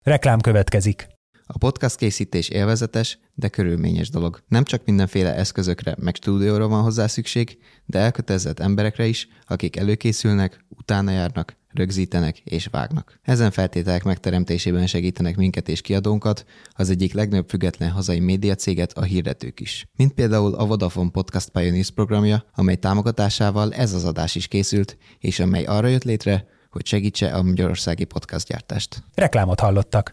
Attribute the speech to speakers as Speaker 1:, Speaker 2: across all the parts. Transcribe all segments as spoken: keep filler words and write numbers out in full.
Speaker 1: Reklám következik.
Speaker 2: A podcast készítés élvezetes, de körülményes dolog. Nem csak mindenféle eszközökre meg stúdióra van hozzá szükség, de elkötelezett emberekre is, akik előkészülnek, utána járnak, rögzítenek és vágnak. Ezen feltételek megteremtésében segítenek minket és kiadónkat, az egyik legnagyobb független hazai médiacéget, a hirdetők is. Mint például a Vodafone Podcast Pioneers programja, amely támogatásával ez az adás is készült, és amely arra jött létre, hogy segítse a magyarországi podcast gyártást.
Speaker 1: Reklámot hallottak.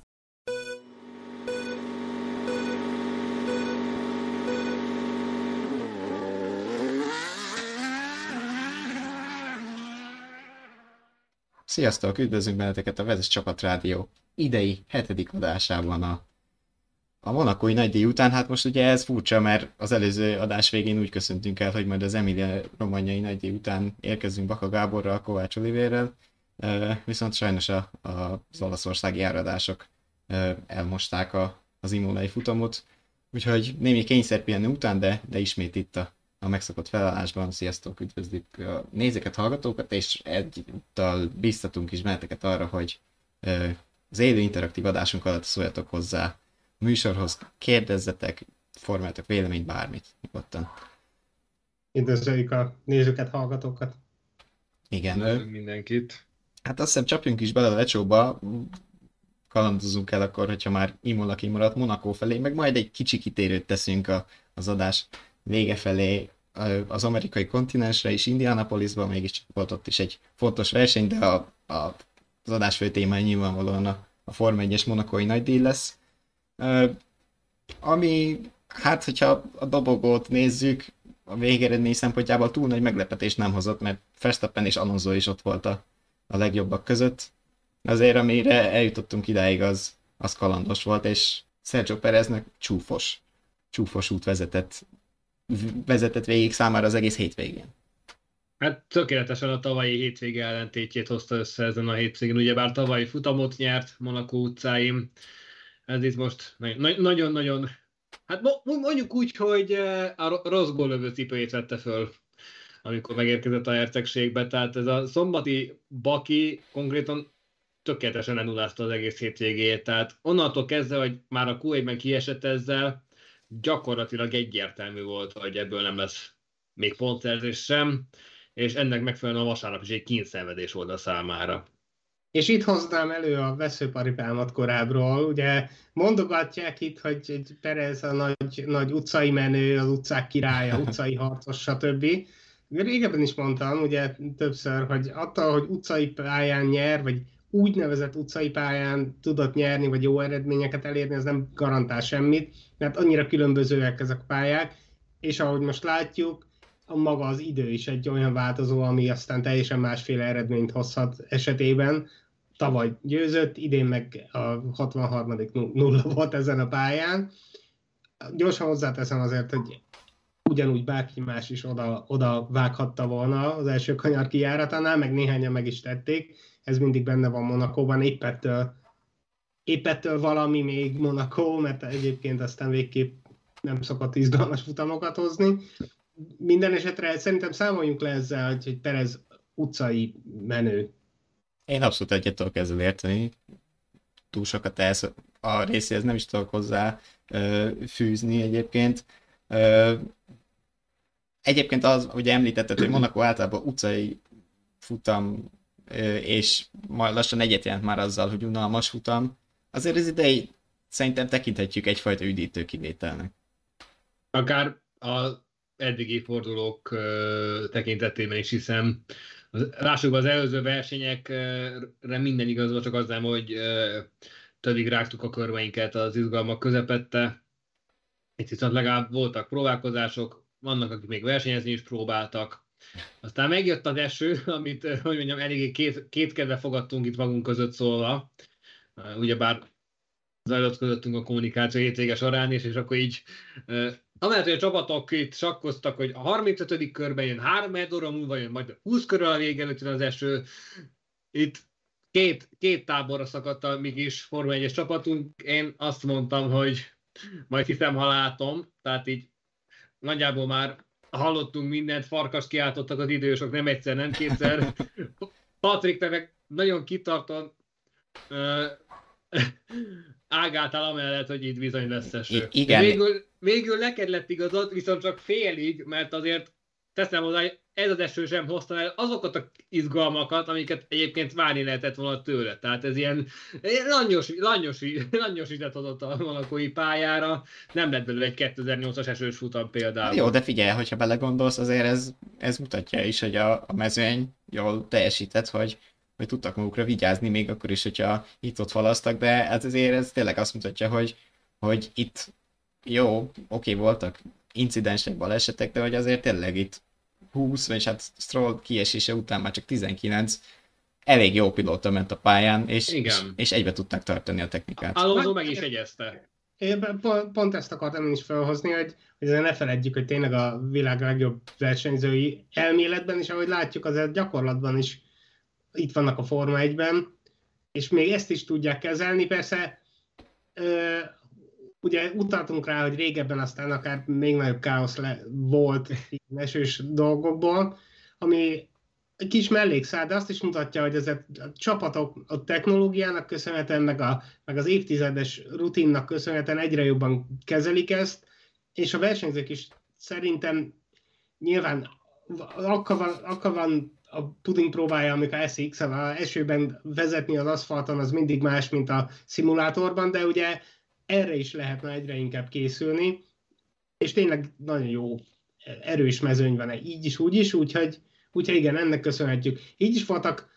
Speaker 2: Sziasztok! Üdvözlünk benneteket a Vezes Csapat Rádió idei hetedik adásában a, a monakói nagydíj után. Hát most ugye ez furcsa, mert az előző adás végén úgy köszöntünk el, hogy majd az Emilia-Romagnai nagydíj után érkezünk Baka Gáborral, Kovács Olivérrel, viszont sajnos a, a, az olaszországi áradások elmosták a, az imolai futamot, úgyhogy némi kényszerpihenő után, de, de ismét itt a a megszokott felállásban. Sziasztok, üdvözlük a nézőket, hallgatókat, és egyúttal biztatunk is benneteket arra, hogy az élő interaktív adásunk alatt szóljatok hozzá a műsorhoz, kérdezzetek, formáljatok véleményt, bármit, nyugodtan.
Speaker 3: Üdvözöljük a nézőket, hallgatókat.
Speaker 2: Igen.
Speaker 4: Üdvözlünk mindenkit.
Speaker 2: Hát azt hiszem csapjunk is bele a lecsóba, kalandozunk el akkor, hogyha már Imola kimaradt Monaco felé, meg majd egy kicsi kitérőt teszünk a, az adás vége felé az amerikai kontinensre és Indianapolisban, mégis volt ott is egy fontos verseny, de a, a, az adás fő témája nyilvánvalóan a, a Forma egyes monakói nagydíj lesz. Uh, ami, hát hogyha a dobogót nézzük, a végeredmény szempontjából túl nagy meglepetést nem hozott, mert Verstappen és Alonso is ott volt a, a legjobbak között. Azért amire eljutottunk idáig, az, az kalandos volt, és Sergio Pereznek csúfos, csúfos út vezetett vezetett végig számára az egész hétvégén.
Speaker 4: Hát tökéletesen a tavalyi hétvége ellentétjét hozta össze ezen a hétvégén, ugyebár tavalyi futamot nyert Monaco utcáin. Ez itt most nagyon-nagyon, hát mondjuk úgy, hogy a rossz góllövő cipőjét vette föl, amikor megérkezett a hercegségbe. Tehát ez a szombati baki konkrétan tökéletesen elnullázta az egész hétvégét. Tehát onnantól kezdve, hogy már a kú egyben kiesett ezzel, gyakorlatilag egyértelmű volt, hogy ebből nem lesz még pontszerzés sem, és ennek megfelelően a vasárnap is egy kínszenvedés volt a számára.
Speaker 3: És itt hoznám elő a veszőparipámat korábbról. Ugye mondogatják itt, hogy Perez a nagy, nagy utcai menő, az utcák királya, utcai harcos, stb. Régebben is mondtam, ugye többször, hogy attól, hogy utcai pályán nyer, vagy úgynevezett utcai pályán tudott nyerni, vagy jó eredményeket elérni, ez nem garantál semmit, mert annyira különbözőek ezek a pályák, és ahogy most látjuk, a maga az idő is egy olyan változó, ami aztán teljesen másféle eredményt hozhat esetében. Tavaly győzött, idén meg a hatvanharmadik nulla volt ezen a pályán. Gyorsan hozzáteszem azért, hogy ugyanúgy bárki más is oda, oda vághatta volna az első kanyar kijáratánál, meg néhányan meg is tették. Ez mindig benne van Monacóban, épp ettől, épp ettől valami még Monaco, mert egyébként aztán végképp nem szokott izgalmas futamokat hozni. Minden esetre szerintem számoljunk le ezzel, hogy, hogy Perez utcai menő.
Speaker 2: Én abszolút egyet tudok ezzel érteni. Túl sokat elsz a részéhez nem is tudok hozzá ö, fűzni egyébként. Ö, egyébként az, hogy említetted, hogy Monaco általában utcai futam, és majd lassan egyet jelent már azzal, hogy unalmas futam, azért az idei szerintem tekinthetjük egyfajta üdítő kivételnek.
Speaker 4: Akár az eddigi fordulók uh, tekintetében is hiszem. Lássuk be, az előző versenyekre minden igaz volt, csak az nem, hogy uh, többig rágtuk a körmeinket az izgalmak közepette. Itt viszont legalább voltak próbálkozások, vannak, akik még versenyezni is próbáltak. Aztán megjött az eső, amit, hogy mondjam, eléggé két, kétkedve fogadtunk itt magunk között szólva. Ugyebár zajlott közöttünk a kommunikáció hétvége során is, és akkor így, amellett, hogy a csapatok itt sakkoztak, hogy a harmincötödik körben jön, három óra múlva jön, majd húsz körül a vége előtt az eső. Itt két, két táborra szakadt a mi kis Forma egyes csapatunk. Én azt mondtam, hogy majd hiszem, ha látom. Tehát így nagyjából már hallottunk mindent, farkast kiáltottak az idősok, nem egyszer, nem kétszer. Patrik, te meg nagyon kitartott ágáltál amellett, hogy itt bizony lesz eső.
Speaker 2: I- igen.
Speaker 4: Végül, végül neked lett igazad, viszont csak félig, mert azért teszem hozzá, hogy ez az eső sem hozta el azokat a izgalmakat, amiket egyébként várni lehetett volna tőle. Tehát ez ilyen langyos, langyos, langyosítat adott a monakói pályára, nem lett belőle egy kétezer-nyolcas esős futam például.
Speaker 2: Jó, de figyelj, hogyha belegondolsz, azért ez, ez mutatja is, hogy a, a mezőny jól teljesített, hogy, hogy tudtak magukra vigyázni, még akkor is, hogyha itt-ott falasztak, de ez azért ez tényleg azt mutatja, hogy, hogy itt jó, oké, voltak incidensek, balesetek, de hogy azért tényleg itt húsz, és hát Stroll kiesése után már csak tizenkilenc elég jó pilóta ment a pályán, és, és, és egybe tudták tartani a technikát.
Speaker 4: Alonso meg is jegyezte.
Speaker 3: Én pont ezt akartam én is felhozni, hogy, hogy ne feledjük, hogy tényleg a világ legjobb versenyzői elméletben, és ahogy látjuk, azért gyakorlatban is itt vannak a Forma egyben, és még ezt is tudják kezelni. Persze ö, ugye utaltunk rá, hogy régebben aztán akár még nagyobb káosz le, volt esős dolgokból, ami egy kis mellékszál, de azt is mutatja, hogy ez a csapatok a technológiának köszönhetően, meg, a, meg az évtizedes rutinnak köszönhetően egyre jobban kezelik ezt, és a versenyzők is szerintem nyilván akkor van, akkor van a puding próbája, amikor eszik, szóval az esőben vezetni az aszfalton az mindig más, mint a szimulátorban, de ugye erre is lehetne egyre inkább készülni, és tényleg nagyon jó, erős mezőny van, így is, úgy is, úgyhogy, úgyhogy igen, ennek köszönhetjük. Így is voltak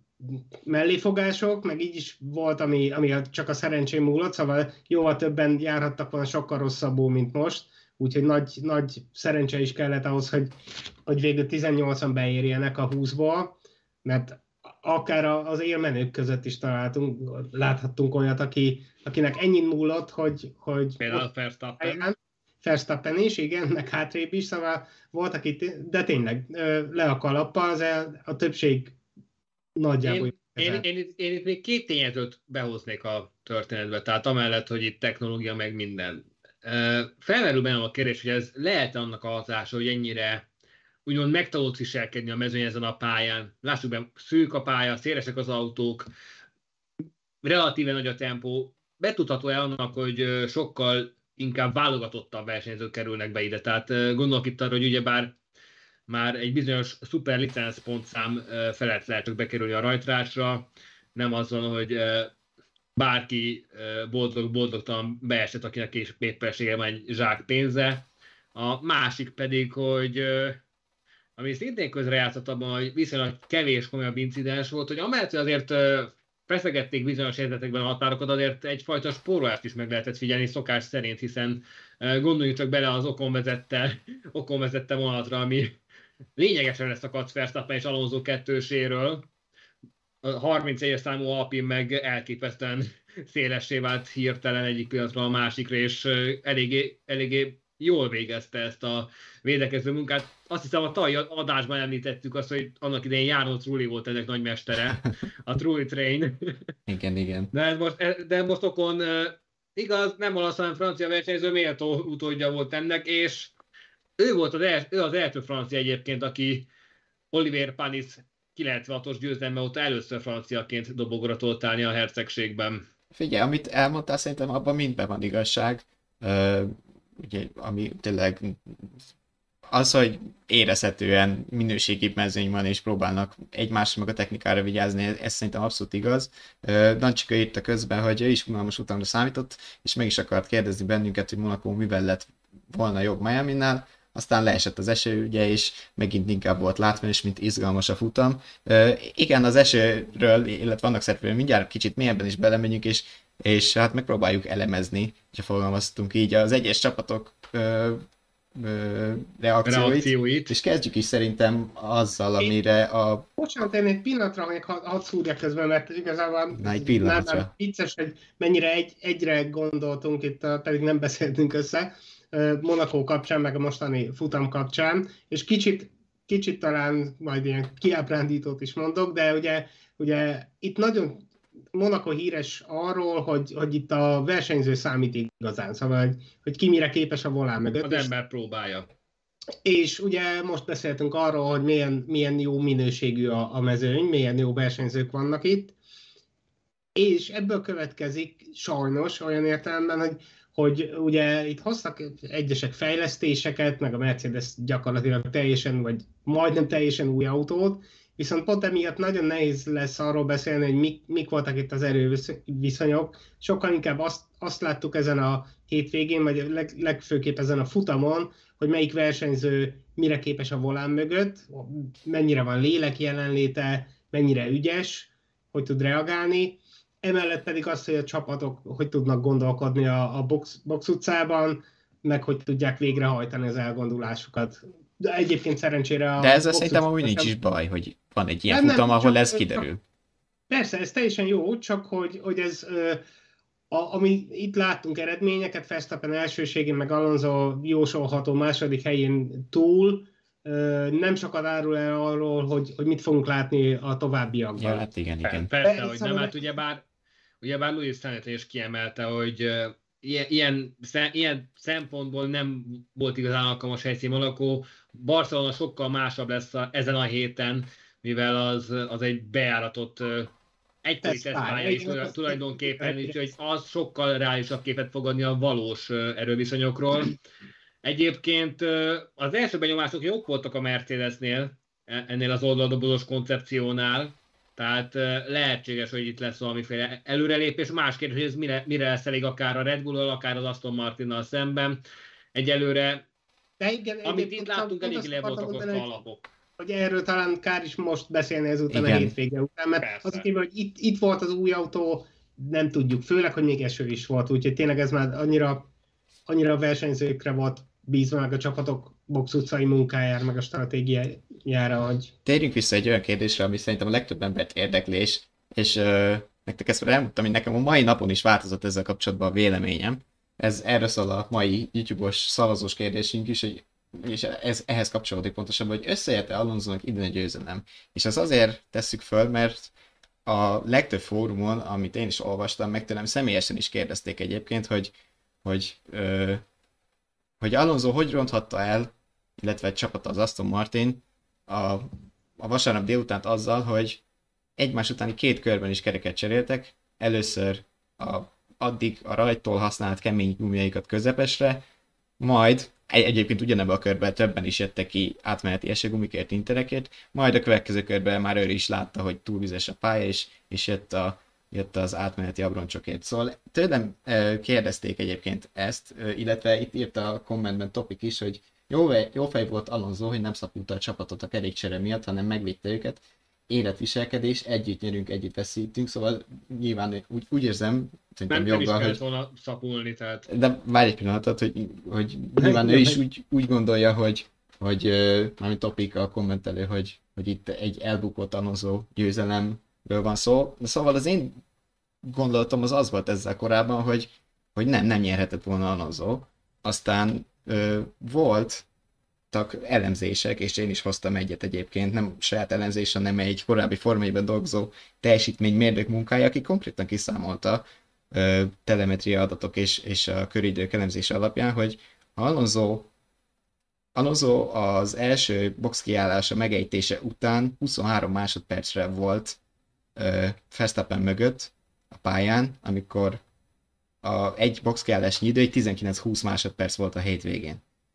Speaker 3: melléfogások, meg így is volt, ami, ami csak a szerencsém múlott, szóval jóval többen járhattak volna sokkal rosszabbul, mint most, úgyhogy nagy, nagy szerencse is kellett ahhoz, hogy, hogy végül tizennyolcan beérjenek a húszból, mert akár az élmenők között is találtunk, láthattunk olyat, aki, akinek ennyi múlott, hogy... hogy
Speaker 4: például Verstappen.
Speaker 3: Verstappen is, igen, meg hátrébb is, szóval volt, aki, de tényleg le a kalappal, az a, a többség nagyjából...
Speaker 4: Én, én, én, én itt még két tényezőt behoznék a történetbe, tehát amellett, hogy itt technológia meg minden. Felmerül bennem a kérdés, hogy ez lehet annak a hatása, hogy ennyire úgymond megtanulsz viselkedni a mezőny ezen a pályán. Lássuk be, szűk a pálya, szélesek az autók, relatíve nagy a tempó. Betudható-e annak, hogy sokkal inkább válogatottabb versenyzők kerülnek be ide? Tehát gondolok itt arra, hogy ugyebár már egy bizonyos szuper licenc pontszám felett lehet csak bekerülni a rajtrácsra, nem azon, hogy bárki boldog-boldogtalan beesett, akinek is éppenséggel van egy zsák pénze. A másik pedig, hogy ami szintén közrejátszott abban, hogy viszonylag kevés komolyabb incidens volt, hogy amellett, hogy azért feszegették bizonyos helyzetekben a határokat, azért egyfajta spórolást is meg lehetett figyelni szokás szerint, hiszen gondoljunk csak bele az okon vezette, okon vezette vonatra, ami lényegesen lesz a Verstappen és Alonso kettőséről. A harmincegyes számú Alpin meg elképesztően szélessé vált hirtelen egyik pillanatra a másikra, és eléggé, eléggé jól végezte ezt a védekező munkát. Azt hiszem, a tavalyi adásban említettük azt, hogy annak idején Járó Trulli volt ennek nagymestere, a Trulli Train.
Speaker 2: Igen, igen.
Speaker 4: De most, de most okon igaz, nem olasz, hanem francia versenyző méltó utódja volt ennek, és ő volt az, els, ő az első francia egyébként, aki Olivier Panis kilencvenhatos győzelme óta először franciaként dobogra tolt állni a hercegségben.
Speaker 2: Figyelj, amit elmondtál, szerintem abban mindben van igazság. Uh, ugye, ami tényleg az, hogy érezhetően minőségi mezőny van, és próbálnak egymásra meg a technikára vigyázni, ez szerintem abszolút igaz. Dancsika írta közben, hogy ő is unalmas utamra számított, és meg is akart kérdezni bennünket, hogy Monaco mivel lett volna jobb Miaminál, aztán leesett az eső, ugye, és megint inkább volt látványos, mint izgalmas a futam. Igen, az esőről, illetve annak szerepéről mindjárt kicsit mélyebben is belemegyünk, és, és hát megpróbáljuk elemezni, ha fogalmaztunk így, az egyes csapatok ö, ö, reakcióit, reakcióit, és kezdjük is szerintem azzal, amire a...
Speaker 3: Bocsánat, én egy pillanatra még hadd szúrjak közben, mert igazából
Speaker 2: Na, egy pillanatra.
Speaker 3: Már vicces, hogy mennyire egy, egyre gondoltunk itt, pedig nem beszéltünk össze, Monaco kapcsán, meg a mostani futam kapcsán, és kicsit, kicsit talán majd ilyen kiábrándítót is mondok, de ugye, ugye itt nagyon Monaco híres arról, hogy, hogy itt a versenyző számít igazán, szóval, hogy, hogy ki mire képes a volán mögött.
Speaker 4: Az ember próbálja.
Speaker 3: És ugye most beszéltünk arról, hogy milyen, milyen jó minőségű a, a mezőny, milyen jó versenyzők vannak itt, És ebből következik sajnos olyan értelemben, hogy, hogy ugye itt hoztak egyesek fejlesztéseket, meg a Mercedes gyakorlatilag teljesen, vagy majdnem teljesen új autót, viszont pont emiatt nagyon nehéz lesz arról beszélni, hogy mik, mik voltak itt az erőviszonyok. Sokkal inkább azt, azt láttuk ezen a hétvégén, vagy leg, legfőképp ezen a futamon, hogy melyik versenyző mire képes a volán mögött, mennyire van lélek jelenléte, mennyire ügyes, hogy tud reagálni. Emellett pedig az, hogy a csapatok hogy tudnak gondolkodni a, a box, box utcában, meg hogy tudják végrehajtani az elgondolásukat. De egyébként szerencsére a...
Speaker 2: De ezzel szerintem amúgy nincs is baj, hogy van egy ilyen nem, futam, nem, ahol csak, ez kiderül. Csak,
Speaker 3: persze, ez teljesen jó, csak hogy, hogy ez... A, ami itt láttunk eredményeket, Verstappen elsőségén, meg Alonso jósolható második helyén túl, nem sokat árul el arról, hogy, hogy mit fogunk látni a továbbiakban.
Speaker 2: Ja, hát igen, igen.
Speaker 4: Persze, Persze hogy nem, hát ugyebár, ugyebár Lewis Hamilton is kiemelte, hogy uh, ilyen, ilyen, szem, ilyen szempontból nem volt igazán alkalmas helyszín Monaco. Barcelona sokkal másabb lesz a, ezen a héten, mivel az, az egy bejáratott uh, egykori tesztpálya is tulajdonképpen, úgyhogy az sokkal reálisabb képet fog adni a valós uh, erőviszonyokról. Egyébként az első benyomások jók voltak a Mercedesnél, ennél az oldaldobozós koncepciónál, tehát lehetséges, hogy itt lesz valamiféle előrelépés. Más kérdés, hogy ez mire, mire lesz elég akár a Red Bull-al, akár az Aston Martinnal szemben. Egyelőre,
Speaker 3: de igen,
Speaker 4: amit itt láttunk, eléggé le voltak ott a alapok.
Speaker 3: Hogy erről talán kár is most beszélni ezután igen. a hétvége után, mert Persze. az kívül, hogy itt, itt volt az új autó, nem tudjuk, főleg, hogy még eső is volt, úgyhogy tényleg ez már annyira, annyira a versenyzőkre volt bízva, meg a csapatok box utcai munkájára, meg a stratégiájára, hogy...
Speaker 2: Térjünk vissza egy olyan kérdésre, ami szerintem a legtöbb embert érdeklés, és uh, nektek ezt már elmondtam, hogy nekem a mai napon is változott ezzel kapcsolatban a véleményem. Ez erről szól a mai YouTube-os szavazós kérdésünk is, hogy, és ez, ehhez kapcsolódik pontosabban, hogy összeért-e Alonsónak idén a győzelem. És ezt azért tesszük föl, mert a legtöbb fórumon, amit én is olvastam, meg tőlem személyesen is kérdezték egyébként, hogy, hogy uh, hogy Alonso hogy ronthatta el, illetve egy csapata az Aston Martin a, a vasárnap délutánt azzal, hogy egymás utáni két körben is kereket cseréltek, először a, addig a rajttól használt kemény gumiaikat közepesre, majd egy, egyébként ugyanebben a körben többen is jöttek ki átmeneti esőgumikért, interekért, majd a következő körben már ő is látta, hogy túlvizes a pálya, és, és jött a jött az átmeneti abroncsokért. Szóval tőlem kérdezték egyébként ezt, illetve itt írta a kommentben Topik is, hogy jó, jó fej volt Alonso, hogy nem szapulta a csapatot a kerékcsere miatt, hanem megvédte őket. Életviselkedés, együtt nyerünk, együtt veszítünk, szóval nyilván úgy, úgy érzem, szerintem
Speaker 4: nem
Speaker 2: joggal,
Speaker 4: hogy... volna szapulni, tehát...
Speaker 2: De várj egy pillanatot, hogy, hogy nyilván ő is úgy, úgy gondolja, hogy, hogy mármint Topik a kommentelő, hogy, hogy itt egy elbukott Alonso győzelem van szó. Szóval az én gondolatom az az volt ezzel korábban, hogy, hogy nem, nem nyerhetett volna Alonso. Aztán ö, voltak elemzések, és én is hoztam egyet egyébként, nem saját elemzés, hanem egy korábbi formaiban dolgozó teljesítménymérnök munkája, aki konkrétan kiszámolta ö, telemetria adatok és, és a köridők elemzése alapján, hogy Alonso, Alonso az első box kiállása megejtése után huszonhárom másodpercre volt Verstappen mögött a pályán, amikor a egy boxkiállásnyi idő egy tizenkilenc-húsz másodperc volt a hétvégén.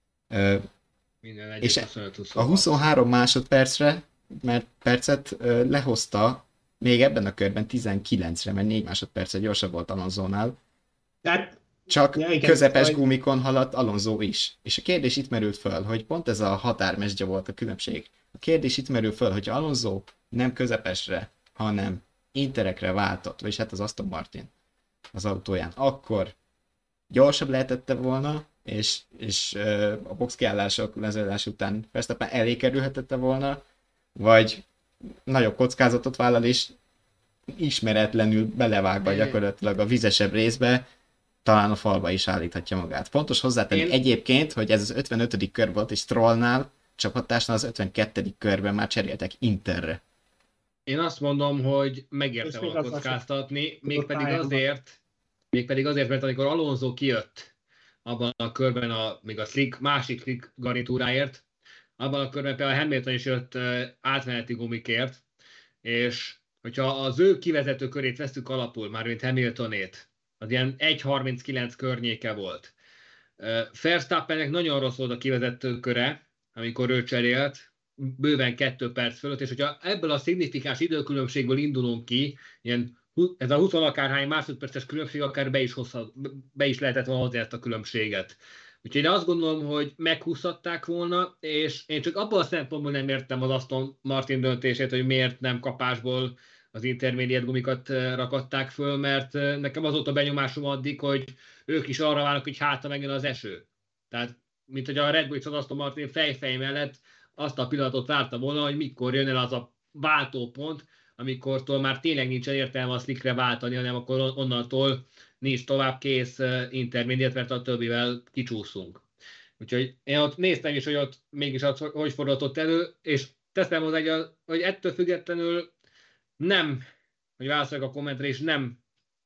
Speaker 4: Minden
Speaker 2: és a huszonhárom másodpercre, mert percet lehozta még ebben a körben tizenkilencre, mert négy másodpercet gyorsabb volt Alonsónál.
Speaker 3: Tehát,
Speaker 2: csak
Speaker 3: ja, igen,
Speaker 2: közepes
Speaker 3: vagy...
Speaker 2: gumikon haladt Alonso is. És a kérdés itt merült föl, hogy pont ez a határmesdje volt a különbség. A kérdés itt merül föl, hogy Alonso nem közepesre, hanem interekre váltott, vagyis hát az Aston Martin az autóján. Akkor gyorsabb lehetette volna, és, és uh, a boxkiállások lezárás után Verstappen elé kerülhetette volna, vagy nagyobb kockázatot vállal, és ismeretlenül belevágva gyakorlatilag a vizesebb részbe, talán a falba is állíthatja magát. Fontos hozzátenni Én... egyébként, hogy ez az ötvenötödik kör volt, és Strollnál, csapattársnál az ötvenkettedik körben már cseréltek Interre.
Speaker 4: Én azt mondom, hogy megérte volna kockáztatni, mégpedig azért, mégpedig azért, mert amikor Alonso kijött abban a körben, a, még a slick, másik slick garnitúráért, abban a körben például Hamilton is jött uh, átmeneti gumikért, és hogyha az ő kivezető körét vesztük alapul, mármint Hamiltonét, az ilyen egy harminckilenc környéke volt. Verstappennek nagyon rossz volt a kivezető köre, amikor ő cserélt, bőven kettő perc fölött, és hogyha ebből a szignifikáns időkülönbségből indulunk ki, ilyen, ez a húsz akárhány másodperces különbség akár be is, hozhat, be is lehetett volna hozni ezt a különbséget. Úgyhogy én azt gondolom, hogy meghúzhatták volna, és én csak abban a szempontból nem értem az Aston Martin döntését, hogy miért nem kapásból az intermediate gumikat rakatták föl, mert nekem az volt a benyomásom addig, hogy ők is arra várnak, hogy hátra megjön az eső. Tehát, mint hogy a Red Bull és az Aston Martin fejfej mellett azt a pillanatot várta volna, hogy mikor jön el az a váltópont, amikortól már tényleg nincsen értelme a slickre váltani, hanem akkor onnantól nincs tovább kész intermediate, mert a többivel kicsúszunk. Úgyhogy én ott néztem is, hogy ott mégis az, hogy fordultott elő, és teszem hozzá, hogy ettől függetlenül nem, hogy válaszoljak a kommentre, és nem,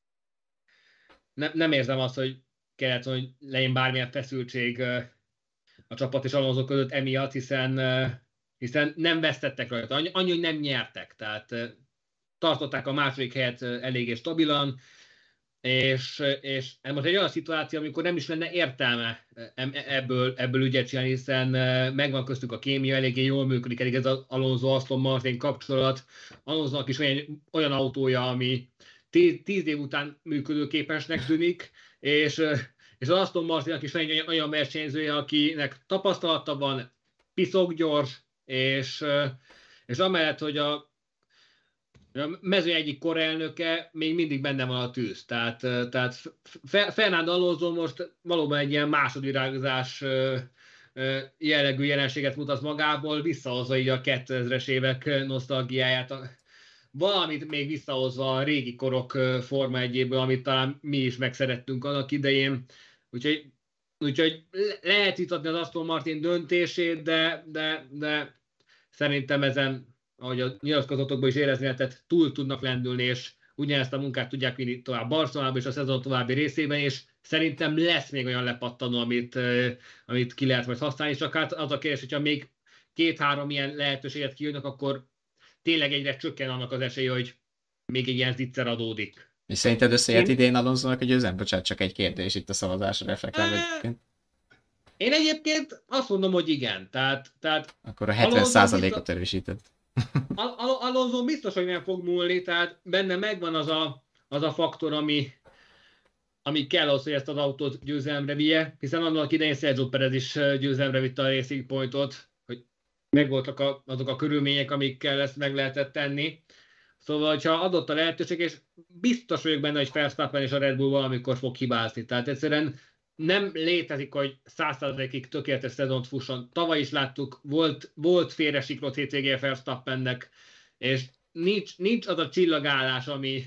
Speaker 4: nem, nem érzem azt, hogy kellett, hogy legyen bármilyen feszültség a csapat és Alonso között emiatt, hiszen, hiszen nem vesztettek rajta. Annyi, annyi, hogy nem nyertek. Tehát tartották a második helyet eléggé stabilan, és, és ez most egy olyan szituáció, amikor nem is lenne értelme ebből, ebből ügyet csinálni, hiszen megvan köztük a kémia, eléggé jól működik, elég ez az Alonso-Aston Martin kapcsolat. Alonsonak is olyan, olyan autója, ami tíz, tíz év után működőképesnek tűnik, és, és az Aston Martinnak is van egy olyan versenyzője, akinek tapasztalata van, piszok gyors, és, és amellett, hogy a A mezőny egyik korelnöke még mindig benne van a tűz. Tehát, tehát Fernando Alonso most valóban egy ilyen másodvirágzás jellegű jelenséget mutat magából, visszahozva így a kétezres évek nosztalgiáját, valamit még visszahozva a régi korok Forma egyéből, amit talán mi is megszerettünk annak idején. Úgyhogy, úgyhogy lehet vitatni az Aston Martin döntését, de, de, de szerintem ezen, ahogy a nyilatkozatokban is érezni lehetett, túl tudnak lendülni, és ugyanezt a munkát tudják vinni tovább Barcelonában és a szezon további részében, és szerintem lesz még olyan lepattanó, amit, amit ki lehet majd használni, csak hát az a kérdés, hogyha még két-három ilyen lehetőséget kijönnek, akkor tényleg egyre csökken annak az esélye, hogy még egy ilyen zicser adódik.
Speaker 2: És szerinted összejött idén Alonsonak a győzelem? Bocsánat, csak egy kérdés itt a szavazásra reflektálva egyébként.
Speaker 4: Én egyébként azt mondom, hogy igen. Tehát, tehát
Speaker 2: akkor a hetven százalékot erősített.
Speaker 4: Al- Al- Alonso biztos, hogy nem fog múlni, tehát benne megvan az a, az a faktor, ami, ami kell ahhoz, hogy ezt az autót győzelemre vigye, hiszen annak idején Sergio Perez is győzelemre vitte a Racing Pointot, hogy megvoltak a, azok a körülmények, amikkel ezt meg lehetett tenni. Szóval, hogyha adott a lehetőség, és biztos vagyok benne, hogy Verstappen és a Red Bull valamikor fog hibázni. Tehát egyszerűen nem létezik, hogy száz százalékig tökéletes szezont fusson. Tavaly is láttuk, volt, volt félresiklott hétvégéje Verstappennek, és nincs, nincs az a csillagállás, ami,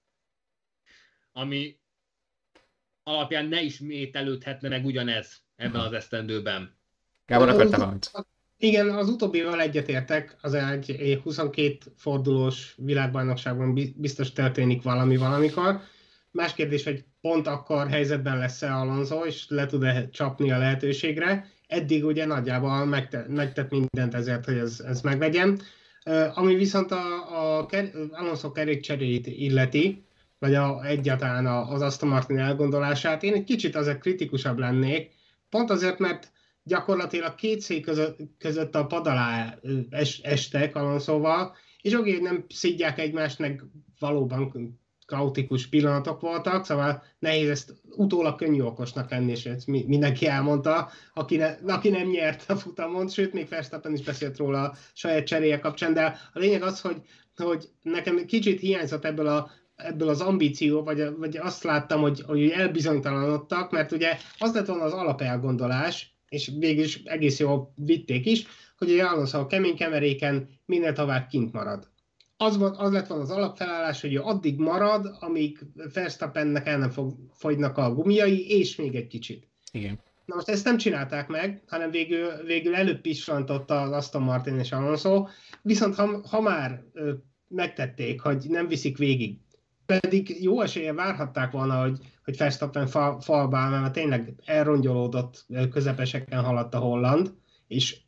Speaker 4: ami alapján ne ismételődhetne meg ugyanez ebben az esztendőben.
Speaker 2: Gábor, akartál valamit?
Speaker 3: Igen, az utóbbival egyetértek, az egy huszonkét fordulós világbajnokságban biztos történik valami valamikor. Más kérdés, hogy pont akkor helyzetben lesz-e Alonso, és le tud-e csapni a lehetőségre. Eddig ugye nagyjából megte- megtett mindent ezért, hogy ez, ez meglegyen. Uh, ami viszont a, a ker- Alonso kerékcseréjét illeti, vagy a, egyáltalán az Aston Martin elgondolását, én egy kicsit azért kritikusabb lennék, pont azért, mert gyakorlatilag két szék között, között a pad alá es, estek Alonsoval, és oké, nem szidják egymást, meg valóban kaotikus pillanatok voltak, szóval nehéz ezt utólag könnyű okosnak lenni, és ezt mindenki elmondta, aki, ne, aki nem nyert a futamon, sőt, még Verstappen is beszélt róla a saját cseréje kapcsán, de a lényeg az, hogy, hogy nekem kicsit hiányzott ebből, a, ebből az ambíció, vagy, vagy azt láttam, hogy, hogy elbizonytalanodtak, mert ugye az lett volna az alapelgondolás, és végül is egész jól vitték is, hogy a Alonso a kemény kemeréken minél tovább kint marad. Az, az lett volna az alapfelállás, hogy ő addig marad, amíg Verstappennek el nem fog, fogynak a gumiai, és még egy kicsit.
Speaker 2: Igen.
Speaker 3: Na most ezt nem csinálták meg, hanem végül, végül előbb pislantott az Aston Martin és Alonso, viszont ha, ha már ö, megtették, hogy nem viszik végig, pedig jó esélye várhatták volna, hogy, hogy Verstappen fal, falba áll, mert tényleg elrongyolódott, közepeseken haladt a holland, és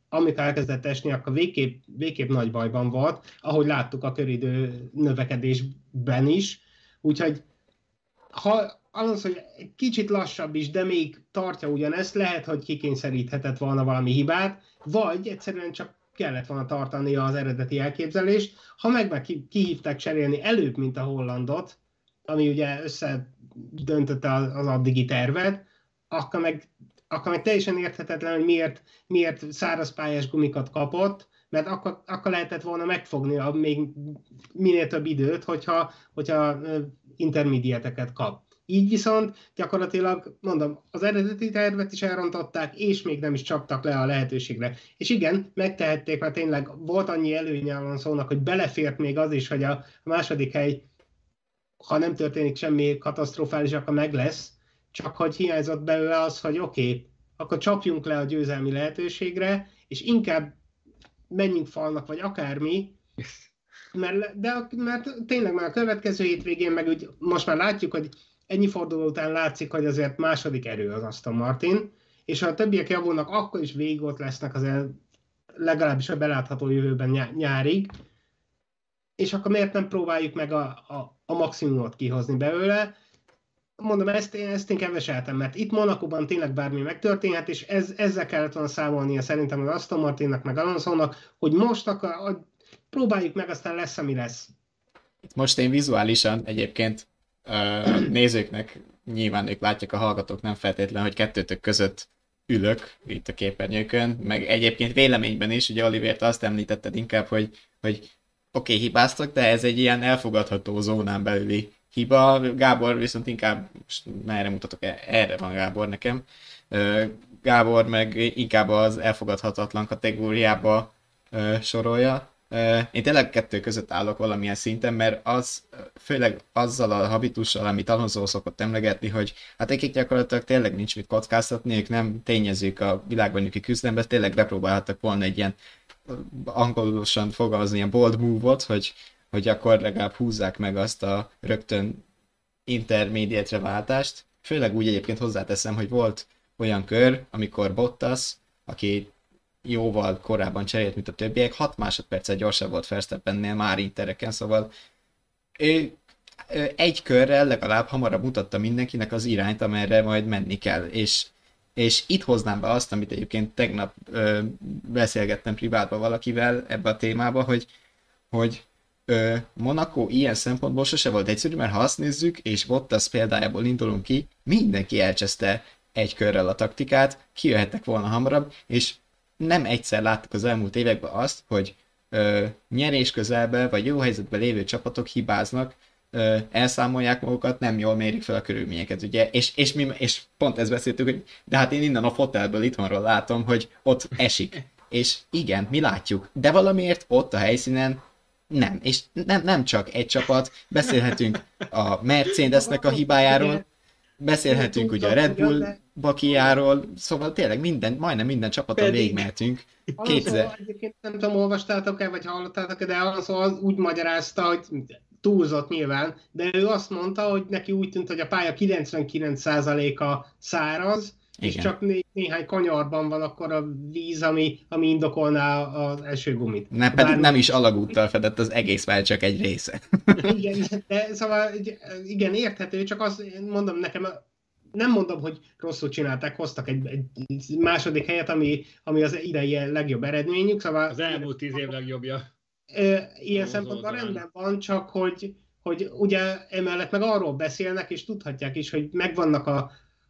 Speaker 3: amikor elkezdett esni, akkor végképp, végképp nagy bajban volt, ahogy láttuk a köridő növekedésben is. Úgyhogy ha az, hogy egy kicsit lassabb is, de még tartja ugyanezt, lehet, hogy kikényszeríthetett volna valami hibát, vagy egyszerűen csak kellett volna tartani az eredeti elképzelést. Ha meg, meg kihívták cserélni előbb, mint a hollandot, ami ugye összedöntötte az addigi tervet, akkor meg, akkor meg teljesen érthetetlen, hogy miért, miért szárazpályás gumikat kapott, mert akkor, akkor lehetett volna megfogni a még minél több időt, hogyha, hogyha intermediateket kap. Így viszont gyakorlatilag, mondom, az eredeti tervet is elrontották, és még nem is csaptak le a lehetőségre. És igen, megtehették, mert tényleg volt annyi előnye Alonsónak, hogy belefért még az is, hogy a második hely, ha nem történik semmi katasztrofális, akkor meg lesz, csak hogy hiányzott belőle az, hogy oké, okay, akkor csapjunk le a győzelmi lehetőségre, és inkább menjünk falnak, vagy akármi, mert, de, mert tényleg már a következő hétvégén, meg úgy most már látjuk, hogy ennyi forduló után látszik, hogy azért második erő az Aston Martin, és ha a többiek javulnak, akkor is végig ott lesznek azért legalábbis a belátható jövőben nyárig, és akkor miért nem próbáljuk meg a, a, a maximumot kihozni belőle. Mondom, ezt, ezt én keveseltem, mert itt Monacóban tényleg bármi megtörténhet, és ez, ezzel kellett volna számolnia szerintem az Aston Martinnak, meg Alonsónak, hogy most akar, próbáljuk meg, aztán lesz, ami lesz.
Speaker 2: Most én vizuálisan egyébként a nézőknek, nyilván ők látják, a hallgatók nem feltétlen, hogy kettőtök között ülök itt a képernyőkön, meg egyébként véleményben is, ugye Olivért azt említetted inkább, hogy, hogy oké, okay, hibáztak, de ez egy ilyen elfogadható zónán belüli hiba. Gábor viszont inkább, most merre mutatok, erre van Gábor nekem, Gábor meg inkább az elfogadhatatlan kategóriába sorolja. Én tényleg kettő között állok valamilyen szinten, mert az, főleg azzal a habitussal, amit Alonso szokott emlegetni, hogy hát nekik gyakorlatilag tényleg nincs mit kockáztatni, ők nem tényezők a világbajnoki küzdelemben, tényleg bepróbálhattak volna egy ilyen angolosan fogalmazni, ilyen bold move-ot, hogy, hogy akkor legalább húzzák meg azt a rögtön intermediate-re váltást. Főleg úgy egyébként hozzáteszem, hogy volt olyan kör, amikor Bottas, aki jóval korábban cserélt, mint a többiek, hat másodperccel gyorsabb volt Verstappennél már intereken, szóval ő, ő egy körrel legalább hamarabb mutatta mindenkinek az irányt, amerre majd menni kell, és, és itt hoznám be azt, amit egyébként tegnap ö, beszélgettem privátban valakivel ebbe a témába, hogy, hogy ö, Monaco ilyen szempontból sose volt egyszerű, mert ha azt nézzük, és Bottas példájából indulunk ki, mindenki elcseszte egy körrel a taktikát, kijöhettek volna hamarabb, és nem egyszer láttuk az elmúlt években azt, hogy ö, nyerés közelben, vagy jó helyzetben lévő csapatok hibáznak, ö, elszámolják magukat, nem jól mérik fel a körülményeket, ugye, és, és, mi, és pont ezt beszéltük, hogy de hát én innen a fotelből itthonról látom, hogy ott esik, és igen, mi látjuk, de valamiért ott a helyszínen nem, és nem, nem csak egy csapat, beszélhetünk a Mercedesnek a hibájáról, beszélhetünk ugye a Red Bull bakiáról, szóval tényleg minden, majdnem minden csapaton végigmehetünk.
Speaker 3: Kétszer. Egyébként nem tudom, olvastátok-e, vagy hallottátok-e, de Alonso az úgy magyarázta, hogy túlzott nyilván, de ő azt mondta, hogy neki úgy tűnt, hogy a pálya kilencvenkilenc százaléka száraz, igen, és csak né- néhány kanyarban van akkor a víz, ami, ami indokolná az esőgumit.
Speaker 2: Nem, pedig Bár... nem is alagúttal fedett az egész pálya, csak egy része.
Speaker 3: Igen, de szóval igen, érthető, csak azt mondom nekem, nem mondom, hogy rosszul csinálták, hoztak egy, egy második helyet, ami, ami az idei legjobb eredményük. Szóval,
Speaker 4: az elmúlt tíz év legjobbja.
Speaker 3: Ilyen szempontból rendben van, csak hogy, hogy ugye emellett meg arról beszélnek, és tudhatják is, hogy megvannak a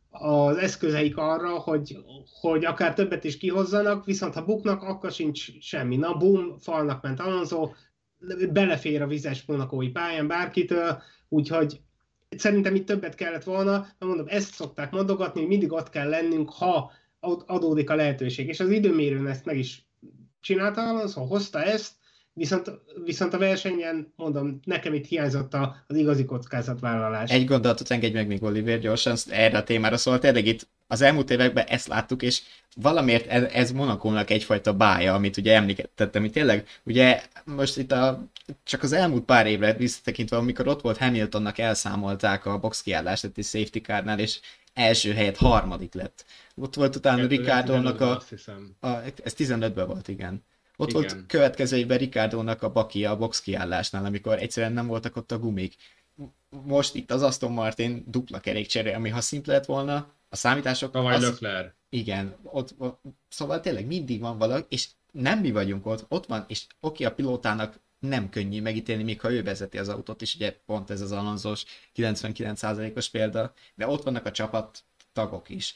Speaker 3: az eszközeik arra, hogy, hogy akár többet is kihozzanak, viszont ha buknak, akkor sincs semmi. Na, boom, falnak ment Alonso, belefér a vizes monacói pályán bárkitől, úgyhogy szerintem itt többet kellett volna, mert mondom, ezt szokták mondogatni, hogy mindig ott kell lennünk, ha adódik a lehetőség. És az időmérőn ezt meg is csinálta Alonso, hozta ezt, Viszont, viszont a versenyen, mondom, nekem itt hiányzott az igazi kockázatvállalás.
Speaker 2: Egy gondolatot engedj meg még, Oliver, gyorsan, erre a témára szóval tényleg itt az elmúlt években ezt láttuk, és valamiért ez, ez Monacónak egyfajta bája, amit ugye említettem, amit tényleg, ugye most itt a, csak az elmúlt pár évre visszatekintve, amikor ott volt Hamiltonnak elszámolták a box kiállást, tehát egy safety carnál, és első helyett harmadik lett. Ott volt utána Ricciardónak a,
Speaker 4: azt hiszem.
Speaker 2: a... Ez tizenötben volt, igen. Ott
Speaker 4: Igen.
Speaker 2: volt következő évben Ricciardónak a bakia a box kiállásnál, amikor egyszerűen nem voltak ott a gumik. Most itt az Aston Martin dupla kerékcsere, ami ha szint lett volna, a számítások...
Speaker 4: Tavaly
Speaker 2: az...
Speaker 4: Leclerc.
Speaker 2: Igen, ott, ott, szóval tényleg mindig van valaki, és nem mi vagyunk ott, ott van, és oké, a pilótának nem könnyű megítélni, még ha ő vezeti az autót, és ugye pont ez az Alonsos kilencvenkilenc százalékos példa, de ott vannak a csapattagok is.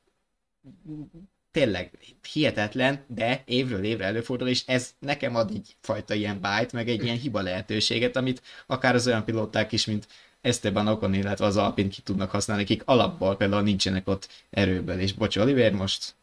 Speaker 2: Tényleg hihetetlen, de évről évre előfordul, és ez nekem ad egy fajta ilyen bájt, meg egy ilyen hiba lehetőséget, amit akár az olyan pilóták is, mint Esteban Ocon, illetve az Alpine ki tudnak használni, akik alapból például nincsenek ott erőből, és bocs, Oliver, most...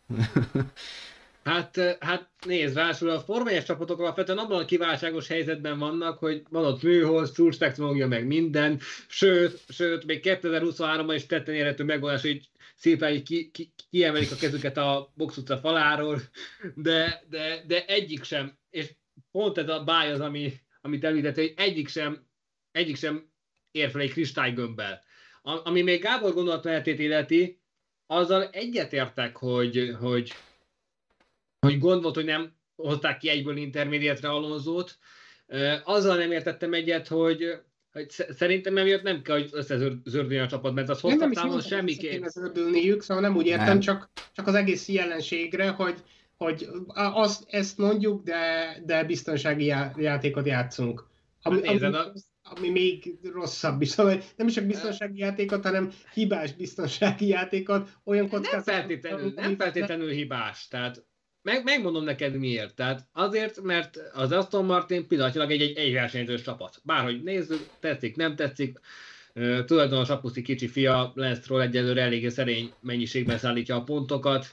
Speaker 4: Hát, hát nézd, rásul a Forma egyes csapatok alapvetően abban a kiváltságos helyzetben vannak, hogy van ott műhoz, csúcs technológia, meg minden, sőt, sőt, még kétezer-huszonháromban is tetten érhető megoldás, hogy szépen így ki, ki, kiemelik a kezüket a box utca faláról, de, de, de egyik sem, és pont ez a báj az, ami, amit említett, hogy egyik sem, egyik sem ér fel egy kristálygömbbel. A, ami még Gábor gondolatmenetét illeti, azzal egyetértek, hogy, hogy hogy gond volt, hogy nem hozták ki egyből intermédiátre Alonzót. Azzal nem értettem egyet, hogy, hogy szerintem emiatt nem kell, hogy összezördüljön a csapat, mert az hosszabb távon semmiképp.
Speaker 3: Nem zördülniük, szóval nem úgy értem, nem. Csak, csak az egész jelenségre, hogy, hogy azt, ezt mondjuk, de, de biztonsági já, játékot játszunk. Ami,
Speaker 4: hát nézed,
Speaker 3: ami,
Speaker 4: a...
Speaker 3: ami még rosszabb is. Szóval nem is csak biztonsági játékot, hanem hibás biztonsági játékot. Olyan
Speaker 4: nem feltétlenül, nem feltétlenül hibás. Tehát Meg, megmondom neked miért. Tehát azért, mert az Aston Martin pillanatilag egy, egy, egy versenyzős csapat. Bárhogy nézzük, tetszik, nem tetszik. Uh, tulajdonos apuszi kicsi fia, Lance Stroll egyelőre eléggé szerény mennyiségben szállítja a pontokat,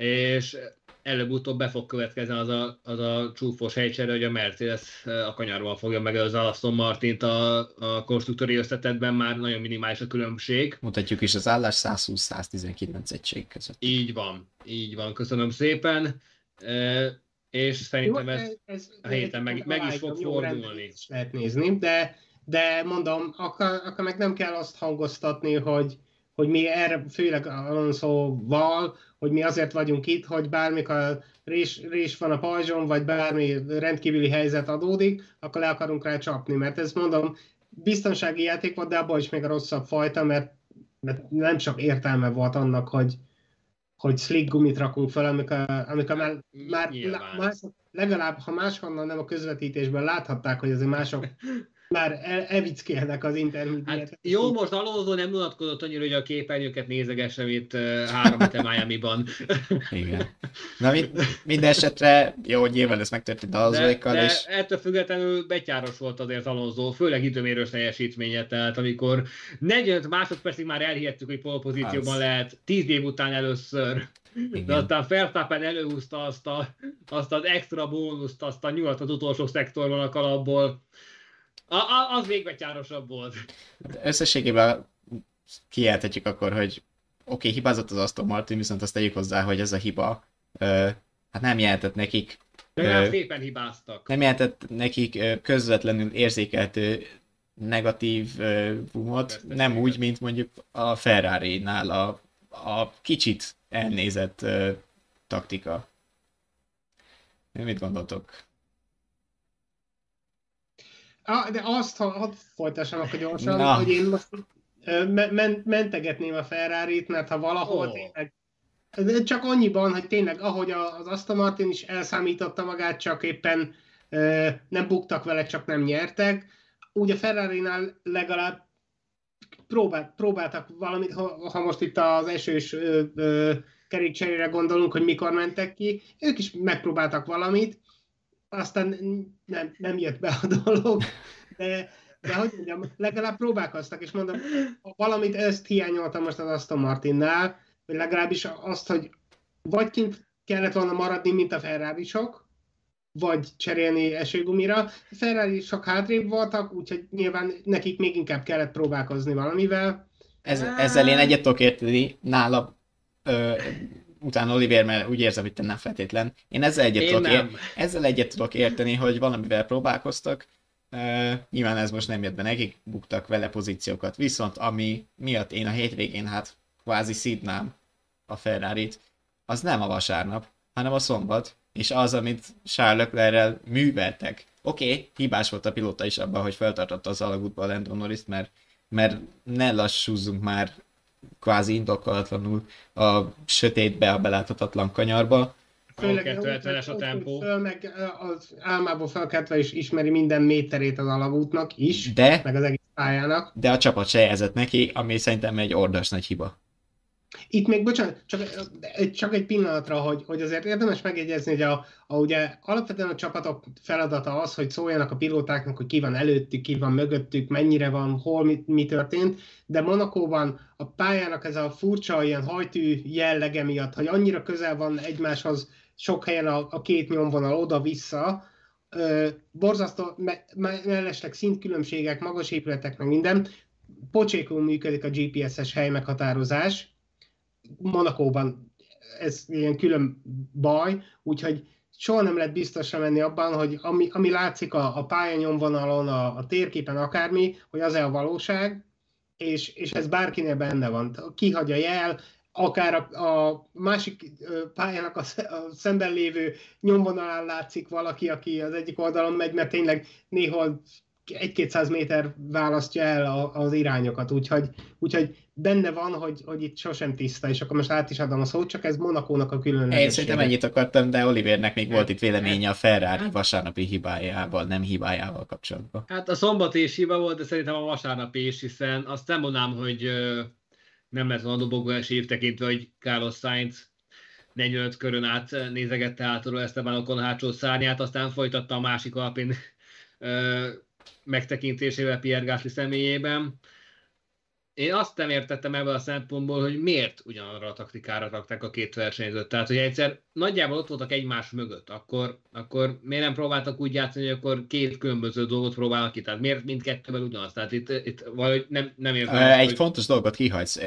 Speaker 4: és előbb-utóbb be fog következni az a, az a csúfos helycsere, hogy a Mercedes a kanyarban fogja meg az Aston Martint a, a konstruktúri összetetben, már nagyon minimális a különbség.
Speaker 2: Mutatjuk is az állás száz húsz száz tizenkilenc egység között.
Speaker 4: Így van, így van, köszönöm szépen. E, és szerintem jó, ez, ez a héten meg, meg is fog jó, fordulni.
Speaker 3: Is lehet nézni, de, de mondom, akkor, akkor meg nem kell azt hangoztatni, hogy, hogy mi erre, főleg Alonsoval, hogy mi azért vagyunk itt, hogy bármikor rés, rés van a pajzson, vagy bármi rendkívüli helyzet adódik, akkor le akarunk rá csapni, mert ez mondom, biztonsági játék volt, de abban is még a rosszabb fajta, mert, mert nem csak értelme volt annak, hogy hogy slick gumit rakunk fel, amikor, amikor már, már mások, legalább, ha máshonnan nem a közvetítésben láthatták, hogy azért mások már el, elvickélnek az intermediate.
Speaker 4: Hát jó, most Alonso nem unatkozott annyira, hogy a képernyőket nézegessem itt uh, három hete Miamiban.
Speaker 2: Igen. Na mind, minden esetre jó, hogy nyilván ez megtörtént Alonsoékkal.
Speaker 4: De, de
Speaker 2: és...
Speaker 4: ettől függetlenül betyáros volt azért Alonso, főleg időmérős teljesítménye, tehát amikor negyvenöt másodpercig már elhihettük, hogy polpozícióban az... lehet tíz év után először. Igen. De aztán Verstappen előhúzta azt, a, azt az extra bónuszt, azt a nyugat az utolsó szektorban a kalapból. A, a, az még betyárosabb volt.
Speaker 2: Összességében kijelthetjük akkor, hogy oké, okay, hibázott az Aston Martin, viszont azt tegyük hozzá, hogy ez a hiba ö, hát nem jelentett nekik...
Speaker 4: De ö, szépen hibáztak.
Speaker 2: Nem jelentett nekik ö, közvetlenül érzékeltő negatív ö, bumot, nem úgy, mint mondjuk a Ferrari-nál a, a kicsit elnézett ö, taktika. Mit gondoltok?
Speaker 3: Ah, de azt, ha hadd folytassam akkor gyorsan, Na. hogy én most men- mentegetném a Ferrarit, mert ha valahol oh. tényleg, csak annyiban, hogy tényleg ahogy az Aston Martin is elszámította magát, csak éppen uh, nem buktak vele, csak nem nyertek, úgy a Ferrarinál legalább próbált, próbáltak valamit, ha, ha most itt az esős uh, uh, kerékcserére gondolunk, hogy mikor mentek ki, ők is megpróbáltak valamit, aztán nem, nem jött be a dolog, de, de hogy mondjam, legalább próbálkoztak, és mondom, valamit ezt hiányoltam most az Aston Martinnál, vagy legalábbis azt, hogy vagy kint kellett volna maradni, mint a Ferrari-sok, vagy cserélni esőgumira. A Ferrari-sok hátrébb voltak, úgyhogy nyilván nekik még inkább kellett próbálkozni valamivel.
Speaker 2: Ez, ezzel én egyet tudok érteni, nála ö, utána Oliver, mert úgy érzem, hogy te nem feltétlen. Én ezzel egyet, én tudok, ér, ezzel egyet tudok érteni, hogy valamivel próbálkoztak. Uh, nyilván ez most nem jött be nekik, buktak vele pozíciókat. Viszont ami miatt én a hétvégén hát kvázi szidnám a Ferrarit, az nem a vasárnap, hanem a szombat, és az, amit Charles Leclerrel műveltek. Oké, okay, hibás volt a pilóta is abban, hogy feltartotta az alagútba a Lando Norrist, mert, mert ne lassúzzunk már kvázi indokolatlanul a sötétbe, a beláthatatlan kanyarba.
Speaker 3: Főleg
Speaker 4: kettőszázhetvenes a tempó.
Speaker 3: Föl, meg az álmából felkeltve is ismeri minden méterét az alagútnak is,
Speaker 2: de,
Speaker 3: meg az egész pályának.
Speaker 2: De a csapat se jelzett neki, ami szerintem egy ordas nagy hiba.
Speaker 3: Itt még, bocsánat, csak, csak egy pillanatra, hogy, hogy azért érdemes megjegyezni, hogy a, a, ugye alapvetően a csapatok feladata az, hogy szóljanak a pilótáknak, hogy ki van előttük, ki van mögöttük, mennyire van, hol, mi, mi történt, de Monacóban a pályának ez a furcsa, ilyen hajtű jellege miatt, hogy annyira közel van egymáshoz sok helyen a, a két nyomvonal oda-vissza, ö, borzasztó, me, me, mellesleg szintkülönbségek, magas épületek, meg minden, pocsékul működik a gé pé es-es helymeghatározás. Monacóban ez ilyen külön baj, úgyhogy soha nem lehet biztosra menni abban, hogy ami, ami látszik a, a pályanyomvonalon, a, a térképen akármi, hogy az-e a valóság, és, és ez bárkinél benne van. Kihagy a jel, akár a, a másik pályának a, a szemben lévő nyomvonalán látszik valaki, aki az egyik oldalon megy, mert tényleg néhol egy-kétszáz méter választja el a, az irányokat, úgyhogy, úgyhogy benne van, hogy, hogy itt sosem tiszta, és akkor most át is adom a szót, csak ez Monacónak a különlegessége.
Speaker 2: Én szerintem ennyit akartam, de Olivernek még volt itt véleménye a Ferrari vasárnapi hibájával, nem hibájával kapcsolatban.
Speaker 4: Hát a szombati is hiba volt, de szerintem a vasárnapi is, hiszen azt nem mondanám, hogy ö, nem lett volna dobogóes év tekintve, hogy Carlos Sainz negyvenöt körön át nézegette hátulról Esteban Ocon hátsó szárnyát, aztán folytatta a másik Alpin ö, megtekintésével Pierre Gasly személyében. Én azt nem értettem ebből a szempontból, hogy miért ugyanarra a taktikára rakták a két versenyzőt. Tehát, hogy egyszer nagyjából ott voltak egymás mögött, akkor, akkor miért nem próbáltak úgy játszani, hogy akkor két különböző dolgot próbálnak ki? Tehát miért mindkettővel ugyanaz? Tehát itt, itt valahogy nem, nem értem.
Speaker 2: Egy
Speaker 4: hogy...
Speaker 2: fontos dolgot kihagysz.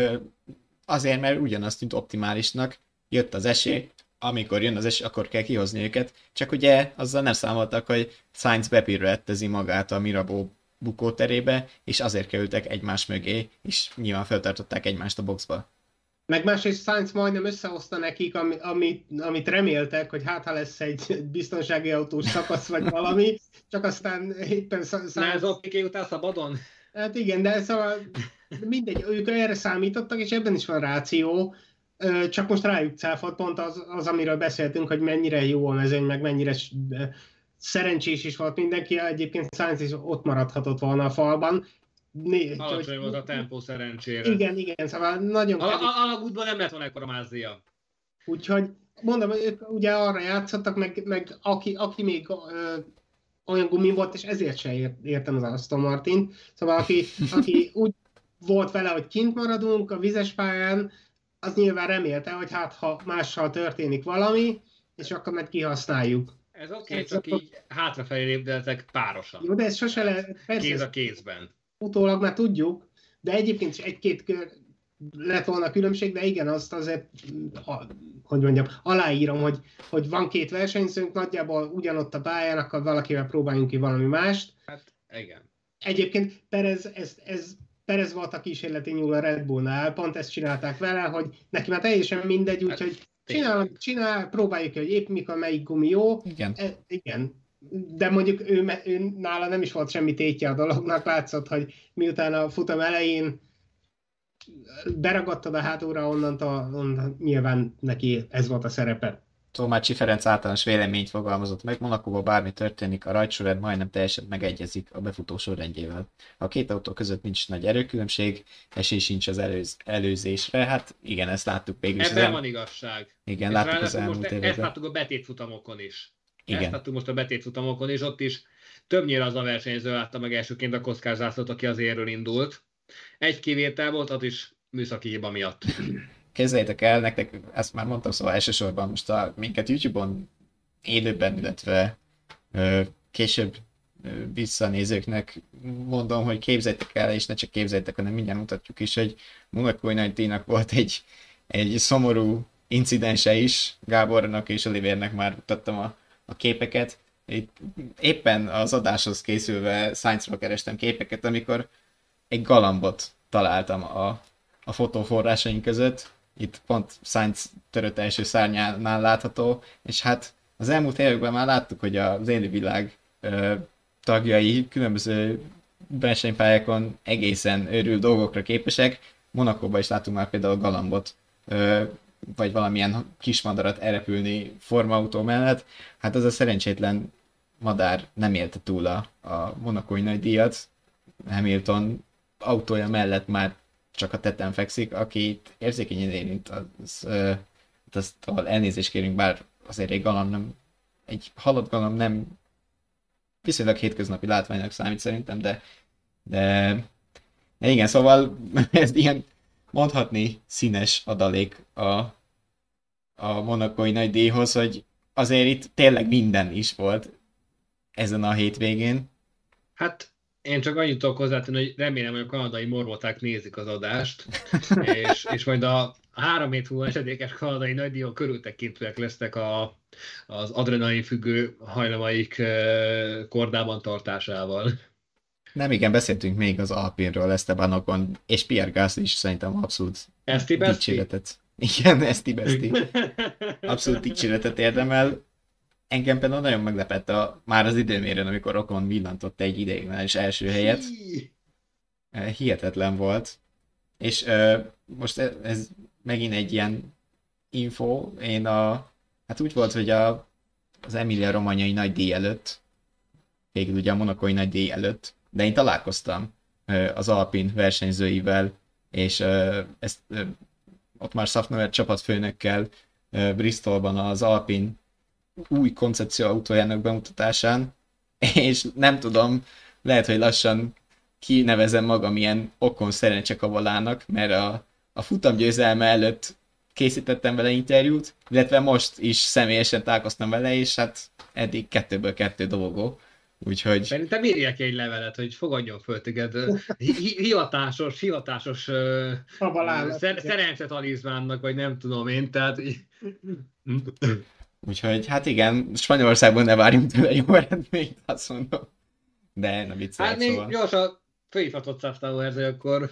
Speaker 2: Azért, mert ugyanazt tűnt optimálisnak, jött az esély, amikor jön az esély, akkor kell kihozni őket. Csak ugye azzal nem számoltak, hogy Sainz bepirrettezi magát a Mirabeau bukóterébe, és azért kerültek egymás mögé, és nyilván feltartották egymást a boxba.
Speaker 3: Meg másrészt Sainz majdnem összehozta nekik, ami, amit, amit reméltek, hogy hát ha lesz egy biztonsági autós szakasz, vagy valami, csak aztán éppen Sainz...
Speaker 4: Ne, ez Piqué után szabadon?
Speaker 3: Hát igen, de szóval mindegy, ők erre számítottak, és ebben is van ráció, csak most rájuk cáfolt pont az, az, amiről beszéltünk, hogy mennyire jó a mezőny, meg mennyire szerencsés is volt mindenki, egyébként Sainz is ott maradhatott volna a falban.
Speaker 4: Né, alacsony volt a tempó szerencsére.
Speaker 3: Igen, igen, szóval nagyon...
Speaker 4: A, a, alagútban nem lett volna ekkora mázlia.
Speaker 3: Úgyhogy mondom, ők ugye arra játszottak, meg, meg aki, aki még ö, olyan gumi volt, és ezért se ért, értem az Aston Martin. Szóval aki, aki úgy volt vele, hogy kint maradunk a vizes pályán, az nyilván remélte, hogy hát ha mással történik valami, és akkor meg kihasználjuk.
Speaker 4: Ez oké, okay, csak így hátrafelé lépdeltek párosan.
Speaker 3: Jó, de ez sose lehet.
Speaker 4: Kéz a kézben.
Speaker 3: Utólag már tudjuk, de egyébként is egy-két kör lett volna különbség, de igen, azt azért, hogy mondjam, aláírom, hogy, hogy van két versenyzőnk, nagyjából ugyanott a pályán, akkor valakivel próbáljunk ki valami mást.
Speaker 4: Hát igen.
Speaker 3: Egyébként Perez, ez, ez, Perez volt a kísérleti nyúl a Red Bullnál, pont ezt csinálták vele, hogy neki már teljesen mindegy, úgyhogy csinál, csinál, próbáljuk, hogy épp mikor melyik gumi jó.
Speaker 2: Igen.
Speaker 3: E, igen. De mondjuk ő, ő, nála nem is volt semmi tétje a dolognak, látszott, hogy miután a futam elején beragadtad a hátulra, onnantól, onnan nyilván neki ez volt a szerepe.
Speaker 2: Tomácsi Ferenc általános véleményt fogalmazott meg, Monacóban bármi történik, a rajtsorrend majdnem teljesen megegyezik a befutó sorrendjével. A két autó között nincs nagy erőkülönbség, esély sincs az előz, előzésre, hát igen, ezt láttuk végül is.
Speaker 4: Ebben el... van igazság.
Speaker 2: Igen,
Speaker 4: és
Speaker 2: láttuk az elmúlt
Speaker 4: most
Speaker 2: években.
Speaker 4: Ezt láttuk a betétfutamokon is.
Speaker 2: Igen.
Speaker 4: Ezt láttuk most a betétfutamokon is, ott is többnyire az a versenyző látta meg elsőként a kockázászlót, aki az érről indult. Egy kivétel volt, az is műszaki hiba miatt.
Speaker 2: Képzeljétek el, nektek, ezt már mondtam, szóval elsősorban most a minket YouTube-on élőben, illetve ö, később ö, visszanézőknek mondom, hogy képzeljétek el, és ne csak képzeljétek, hanem mindjárt mutatjuk is, hogy Monacói Nagy Díjnak volt egy, egy szomorú incidense is, Gábornak és Olivernek már mutattam a, a képeket. Itt éppen az adáshoz készülve Sainzról kerestem képeket, amikor egy galambot találtam a, a a fotóforrásaink között. Itt pont Sainz törött első szárnyánál látható, és hát az elmúlt években már láttuk, hogy az élővilág ö, tagjai különböző versenypályákon egészen őrült dolgokra képesek. Monakóban is látunk már például galambot, ö, vagy valamilyen kismadarat elrepülni formaautó mellett. Hát az a szerencsétlen madár nem élte túl a, a monakói nagydíjat. Hamilton autója mellett már csak a teten fekszik, akit érzékenyen érint, az, az, azt elnézést kérünk, bár azért egy galamb nem, egy halott galamb nem viszonylag hétköznapi látványnak számít szerintem, de, de, de igen, szóval ez ilyen mondhatni színes adalék a, a monakói nagydíjhoz, hogy azért itt tényleg minden is volt ezen a hétvégén.
Speaker 4: Hát én csak annyit tudok hozzátenni, hogy remélem, hogy a kanadai mormoták nézik az adást, és, és majd a három hét múlva esedékes kanadai nagydíjon körültekintőek lesznek a, az adrenalin függő hajlamaik kordában tartásával.
Speaker 2: Nem igen, beszéltünk még az Alpinról, Esteban Ocon, és Pierre Gasly is szerintem abszolút dicséretet. Igen, Esti Besti. Abszolút dicséretet érdemel. Engem például nagyon meglepett a, már az időmérőn, amikor Ocon villantott egy ideiglenes első helyet. Hihetetlen volt. És uh, most ez, ez megint egy ilyen info. Én a, hát úgy volt, hogy a, az Emilia Romagnai nagydíj előtt, végül ugye a monakói nagydíj előtt, de én találkoztam uh, az Alpin versenyzőivel, és uh, ezt uh, ott már Szafnauer csapatfőnökkel uh, Bristolban az Alpin új koncepció autójának bemutatásán, és nem tudom, lehet, hogy lassan kinevezem magam ilyen Ocon szerencsekavalának, mert a, a futamgyőzelme előtt készítettem vele interjút, illetve most is személyesen találkoztam vele, és hát eddig kettőből kettő dolgó. Úgyhogy...
Speaker 4: Szerintem írják egy levelet, hogy fogadjon föl téged hi- hivatásos, hivatásos uh, szer- szerencsetalizmánnak, vagy nem tudom én, tehát...
Speaker 2: Úgyhogy hát igen, Spanyolországban ne várjunk tőle jó eredményt, azt mondom. De nem viccelek,
Speaker 4: hát
Speaker 2: szóval.
Speaker 4: Hát gyorsan fölhívhatott Szafnauer, akkor...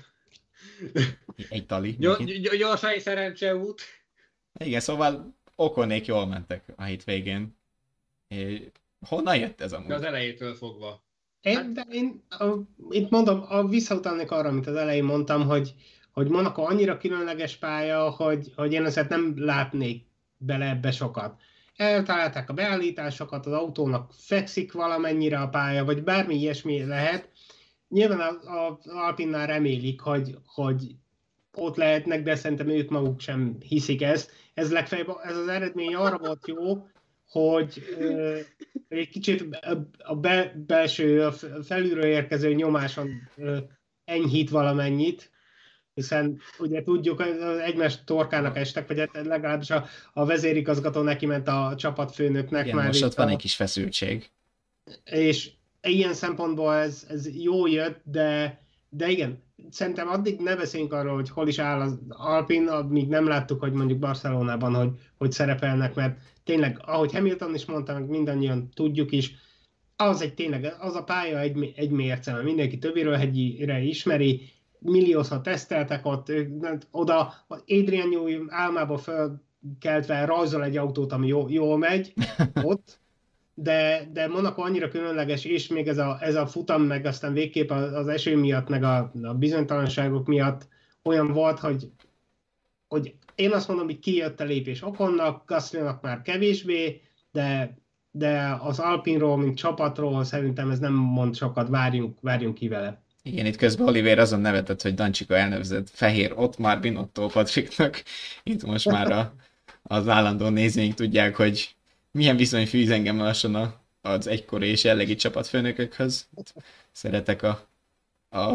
Speaker 2: Egy tali.
Speaker 4: Gy- gyorsan egy szerencseút.
Speaker 2: Igen, szóval Oconék jól mentek a hétvégén. É, honnan jött ez amúgy?
Speaker 4: Az elejétől fogva.
Speaker 3: Én, de én a, itt mondom, a, visszautalnék arra, amit az elején mondtam, hogy, hogy Monaco annyira különleges pálya, hogy, hogy én azért nem látnék bele ebbe sokat. Eltalálták a beállításokat, az autónak fekszik valamennyire a pálya, vagy bármi ilyesmi lehet. Nyilván az, az Alpinnál remélik, hogy, hogy ott lehetnek, de szerintem ők maguk sem hiszik ezt. Ez legfeljebb, ez az eredmény arra volt jó, hogy ö, egy kicsit a be, belső, a felülről érkező nyomáson ö, enyhít valamennyit, hiszen ugye tudjuk, az egymás torkának estek, vagy legalábbis a, a vezérigazgató neki ment a csapatfőnöknek.
Speaker 2: Igen,
Speaker 3: már
Speaker 2: most ott van
Speaker 3: a,
Speaker 2: egy kis feszültség.
Speaker 3: És ilyen szempontból ez, ez jó jött, de, de igen, szerintem addig ne beszéljünk arról, hogy hol is áll az Alpin, amíg nem láttuk, hogy mondjuk Barcelonában, hogy, hogy szerepelnek, mert tényleg, ahogy Hamilton is mondta, meg mindannyian tudjuk is, az egy tényleg, az a pálya egy, egy mérce, mert mindenki többiről hegyire ismeri, milliószor teszteltek ott, oda Adrian Newey álmába felkeltve rajzol egy autót, ami jó, jól megy ott, de, de Monaco annyira különleges, és még ez a, ez a futam, meg aztán végképp az eső miatt, meg a, a bizonytalanságok miatt olyan volt, hogy, hogy én azt mondom, hogy kijött a lépés Oconnak, Gaslynak már kevésbé, de, de az Alpinról, mint csapatról szerintem ez nem mond sokat, várjunk, várjunk ki vele.
Speaker 2: Igen, itt közben Oliver azon nevetett, hogy Dancsika elnevezett Fehér Ottmar Binotto Patricknak. Itt most már a, az állandó nézőink tudják, hogy milyen viszony fűz engem lassan a, az egykori és jellegi csapatfőnökökhöz. Szeretek a, a,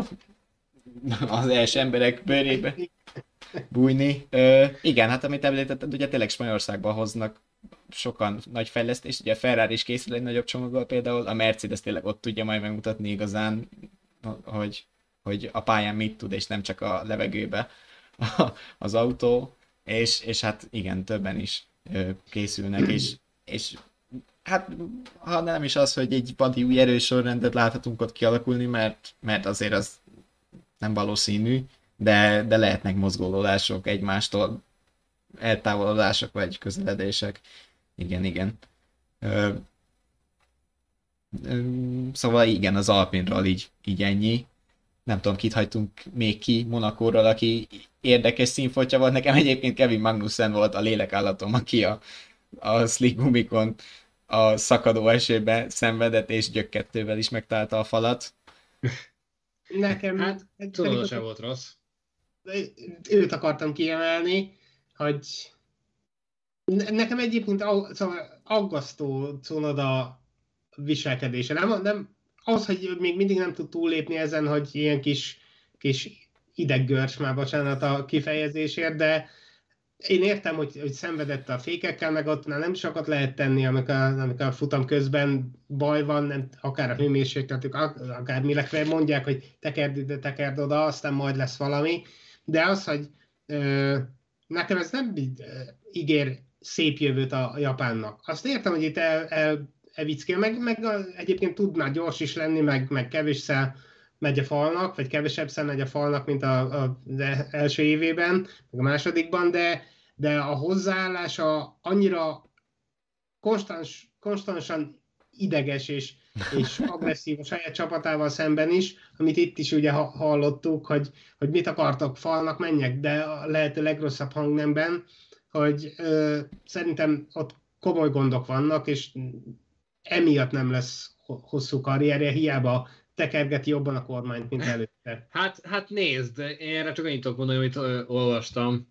Speaker 2: az első emberek bőrébe bújni. Ö, igen, hát amit említetted, ugye tényleg Spanyolországban hoznak sokan nagy fejlesztést, ugye a Ferrari is készül egy nagyobb csomaggal például, a Mercedes tényleg ott tudja majd megmutatni igazán, hogy, hogy a pályán mit tud, és nem csak a levegőbe az autó, és, és hát igen, többen is készülnek, és, és hát ha nem is az, hogy egy vadi új erősorrendet láthatunk ott kialakulni, mert, mert azért az nem valószínű, de, de lehetnek mozgolódások egymástól, eltávolodások vagy közeledések. Igen, igen. Ö, ö, szóval igen, az Alpinról így, így ennyi. Nem tudom, kit hagytunk még ki Monakóról, aki érdekes színfoltja volt. Nekem egyébként Kevin Magnussen volt a lélekállatom, aki a, a slick gumikon a szakadó esőben szenvedett, és gyökkettővel is megtalálta a falat.
Speaker 3: Nekem...
Speaker 4: Hát, Cunoda sem volt rossz.
Speaker 3: Őt akartam kiemelni, hogy nekem egyébként szóval aggasztó Cunoda viselkedése. Nem, nem, az, hogy még mindig nem tud túllépni ezen, hogy ilyen kis, kis ideggörcs, már bocsánat a kifejezésért, de én értem, hogy, hogy szenvedett a fékekkel, meg ott nem sokat lehet tenni, amikor, amikor a futam közben baj van, nem, akár a hőmérsékletük, akár mi legfeljebb mondják, hogy tekerd ide, tekerd oda, aztán majd lesz valami. De az, hogy ö, nekem ez nem ígér szép jövőt a Japánnak. Azt értem, hogy itt el, el evickél, meg, meg a, egyébként tud már gyors is lenni, meg, meg kevésszel megy a falnak, vagy kevesebbszer megy a falnak, mint a, a, az első évében, meg a másodikban, de, de a hozzáállása annyira konstans, konstansan ideges és, és agresszív a saját csapatával szemben is, amit itt is ugye hallottuk, hogy, hogy mit akartok, falnak menjek, de a lehető legrosszabb hangnemben, hogy ö, szerintem ott komoly gondok vannak, és emiatt nem lesz hosszú karrierje, hiába tekergeti jobban a kormányt, mint előtte.
Speaker 4: Hát, hát nézd, én erre csak annyit tudok mondani, amit ö, olvastam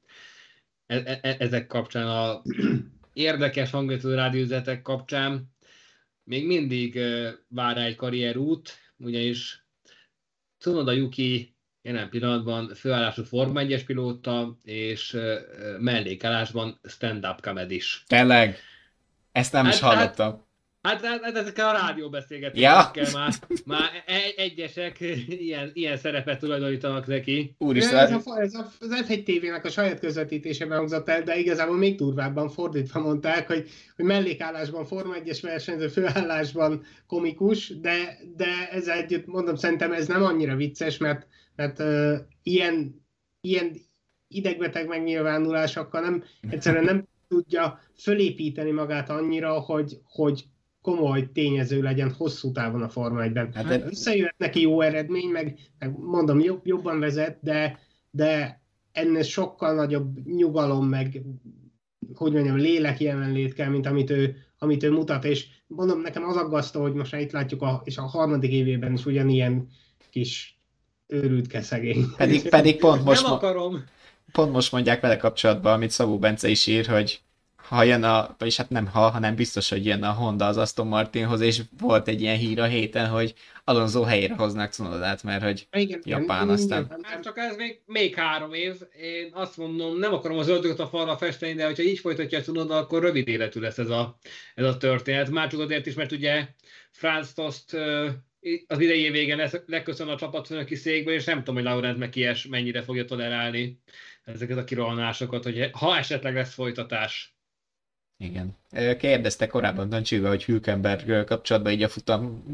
Speaker 4: e- e- ezek kapcsán, a érdekes hangvető rádióüzenetek kapcsán. Még mindig ö, vár rá egy karrierút, ugyanis Tsunoda Yuki jelen pillanatban főállású Forma egyes pilóta, és ö, mellékállásban stand-up comedy-s.
Speaker 2: Tényleg? Ezt nem hát, is hallottam. Hát,
Speaker 4: Hát, hát, hát ezekkel a rádióbeszélgetésekkel
Speaker 2: ja.
Speaker 4: már, már egyesek ilyen, ilyen szerepet tulajdonítanak neki.
Speaker 2: Úristen.
Speaker 3: Ez, a, ez a, az ef egy té vének a saját közvetítésében hangzott el, de igazából még durvábban fordítva mondták, hogy, hogy mellékállásban Forma egyes versenyző, főállásban komikus, de, de ezzel együtt mondom, szerintem ez nem annyira vicces, mert, mert uh, ilyen, ilyen idegbeteg megnyilvánulásokkal nem, egyszerűen nem tudja fölépíteni magát annyira, hogy, hogy komoly tényező legyen hosszú távon a Forma egyben. Hát de... Összejöhet neki jó eredmény, meg, meg mondom, jobb, jobban vezet, de, de ennél sokkal nagyobb nyugalom, meg hogy mondjam, lélek jelenlét kell, mint amit ő, amit ő mutat, és mondom, nekem az aggasztó, hogy most már itt látjuk, a, és a harmadik évében is ugyanilyen kis őrültke szegény.
Speaker 2: Pedig, pedig pont most...
Speaker 4: Nem akarom.
Speaker 2: Pont most mondják vele kapcsolatban, amit Szabó Bence is ír, hogy ha jön a, vagyis hát nem ha, hanem biztos, hogy jön a Honda az Aston Martinhoz, és volt egy ilyen hír a héten, hogy Alonso helyére hoznak Cunodát, mert hogy igen, Japán igen, aztán...
Speaker 4: Igen, hát csak ez még, még három év, én azt mondom, nem akarom az ördögöt a falra festeni, de hogyha így folytatja a Cunoda, akkor rövid életű lesz ez a, ez a történet. Már csak azért is, mert ugye Franz Tost az idei végén leköszön a csapatfőnöki székből, és nem tudom, hogy Laurent Mekies mennyire fogja tolerálni ezeket a kirohanásokat, hogy ha esetleg lesz folytatás.
Speaker 2: Igen. Kérdezte korábban Dancsiga, hogy Hülkenberg kapcsolatban így a futam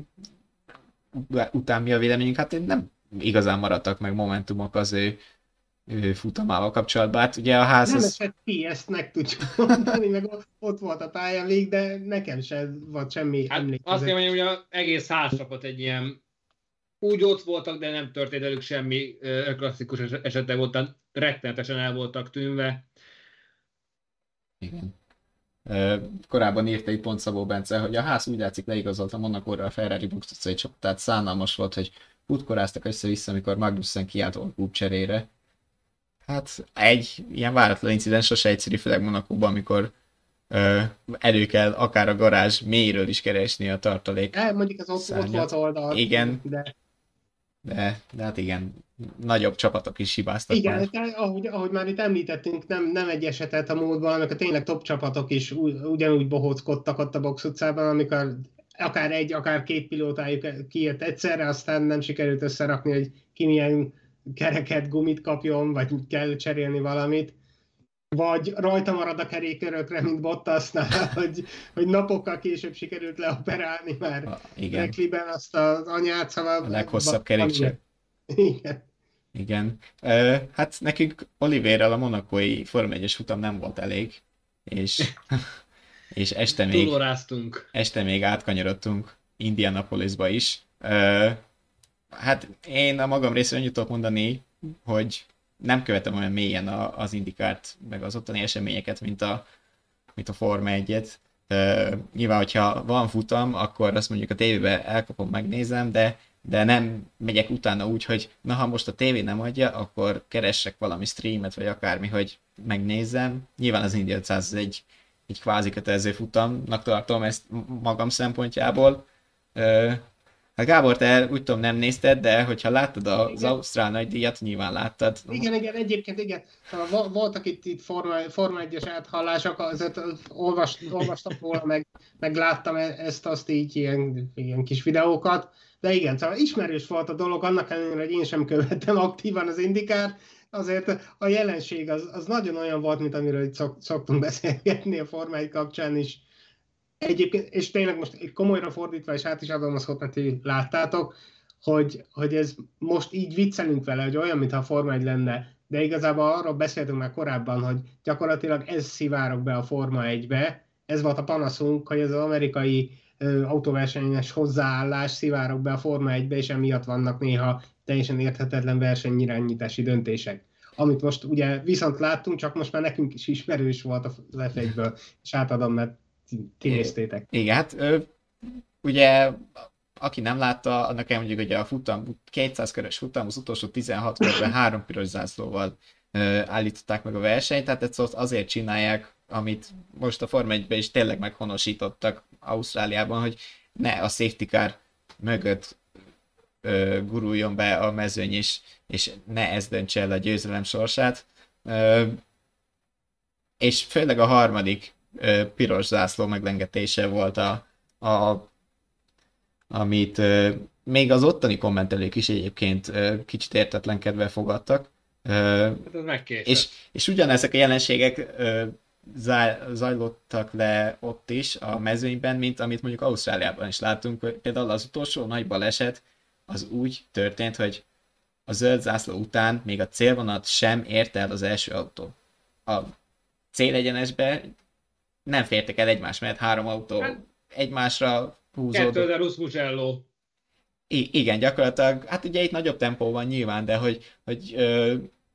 Speaker 2: után mi a véleményünk. Hát nem igazán maradtak meg momentumok az ő, ő futamával kapcsolatban. Hát ugye a ház...
Speaker 3: Nem esett ki, ezt meg tudjuk mondani, meg ott volt a pályán vég, de nekem sem volt semmi
Speaker 4: hát
Speaker 3: emlékezet.
Speaker 4: Azt mondjam, hogy az egész ház csapott egy ilyen úgy ott voltak, de nem történt velük semmi klasszikus esete volt, tehát rettenetesen el voltak tűnve.
Speaker 2: Igen. Korábban írta egy pont Szabó Bence, hogy a ház úgy látszik leigazolta Monakóra a Ferrari boxocai csapatát, szánalmas volt, hogy útkoráztak össze-vissza, amikor Magnussen kiállt Orkúp cserére. Hát egy ilyen váratlan incidens sose egyszerű, főleg Monakóban, amikor ö, elő kell akár a garázs mélyről is keresni a tartalék.
Speaker 3: El, mondjuk az ott, ott volt oldal.
Speaker 2: Igen. De... De, de hát igen, nagyobb csapatok is hibáztak.
Speaker 3: Igen, már. Ahogy, ahogy már itt említettünk, nem, nem egy esetet a múltban, amikor tényleg top csapatok is ugyanúgy bohóckodtak ott a box utcában, amikor akár egy, akár két pilótájuk kijött egyszerre, aztán nem sikerült összerakni, hogy ki milyen kereket, gumit kapjon, vagy kell cserélni valamit. Vagy rajta marad a kerékörökre, mint Bottasnál, hogy, hogy napokkal később sikerült leoperálni már Rekliben azt az anyát, szóval...
Speaker 2: A leghosszabb kerékcsere.
Speaker 3: Igen.
Speaker 2: Igen. Ö, hát nekünk Olivérrel a monakói Forma egyes futam nem volt elég, és, és este még,
Speaker 4: Túlóráztunk.
Speaker 2: este még átkanyarodtunk Indianapolisba is. Ö, hát én a magam részéről annyit tudok mondani, hogy nem követem olyan mélyen a, az Indikárt, meg az ottani eseményeket, mint a, mint a Forma egyet. Uh, nyilván, hogyha van futam, akkor azt mondjuk a tévében elkapom, megnézem, de, de nem megyek utána úgy, hogy na, ha most a tévé nem adja, akkor keressek valami streamet, vagy akármi, hogy megnézzem. Nyilván az Indy ötszáz egy, egy kvázi kötelező futamnak tartom ezt magam szempontjából. Uh, hát Gábor, te úgy tudom nem nézted, de hogyha láttad az
Speaker 3: Igen.
Speaker 2: Ausztrál nagydíjat, nyilván láttad.
Speaker 3: Igen, igen, egyébként igen. Szóval voltak itt, itt Forma, Forma egyes áthallások, azért olvast, olvastam róla, meg, meg láttam ezt-azt így, ilyen, ilyen kis videókat, de igen, szóval ismerős volt a dolog, annak ellenére, hogy én sem követtem aktívan az Indikárt, azért a jelenség az, az nagyon olyan volt, mint amiről itt szok, szoktunk beszélgetni a Forma egy kapcsán is. Egyébként, és tényleg most komolyra fordítva, és át is adom azt, hogy ti láttátok, hogy, hogy ez most így viccelünk vele, hogy olyan, mintha a Forma egy lenne, de igazából arról beszéltünk már korábban, hogy gyakorlatilag ez szivárog be a Forma egybe, ez volt a panaszunk, hogy ez az amerikai ö, autóversenyes hozzáállás szivárog be a Forma egybe, és emiatt vannak néha teljesen érthetetlen versenyirányítási döntések. Amit most ugye viszont láttunk, csak most már nekünk is ismerős volt az ef egyből, és átadom, mert ti néztétek.
Speaker 2: Igen, hát ö, ugye aki nem látta, annak elmondjuk, hogy a futam, kétszáz körös futam, az utolsó tizenhat körben három piros zászlóval ö, állították meg a versenyt, tehát ezt azért csinálják, amit most a Forma egyben is tényleg meghonosítottak Ausztráliában, hogy ne a safety car mögött ö, guruljon be a mezőny is, és ne ez döntse el a győzelem sorsát. Ö, és főleg a harmadik ö, piros zászló meglengetése volt a, a amit uh, még az ottani kommentelők is egyébként uh, kicsit értetlenkedve fogadtak. Uh,
Speaker 4: Hát az megkésett.
Speaker 2: és, és ugyanezek a jelenségek uh, zaj, zajlottak le ott is a mezőnyben, mint amit mondjuk Ausztráliában is látunk. Például az utolsó nagy baleset az úgy történt, hogy a zöld zászló után még a célvonat sem ért el az első autó. A célegyenesbe nem fértek el egymás mellett, három autó
Speaker 4: Hát,
Speaker 2: egymásra húzódott.
Speaker 4: kétezer-húsz Mugello.
Speaker 2: I- igen, gyakorlatilag, hát ugye itt nagyobb tempó van nyilván, de hogy, hogy ö,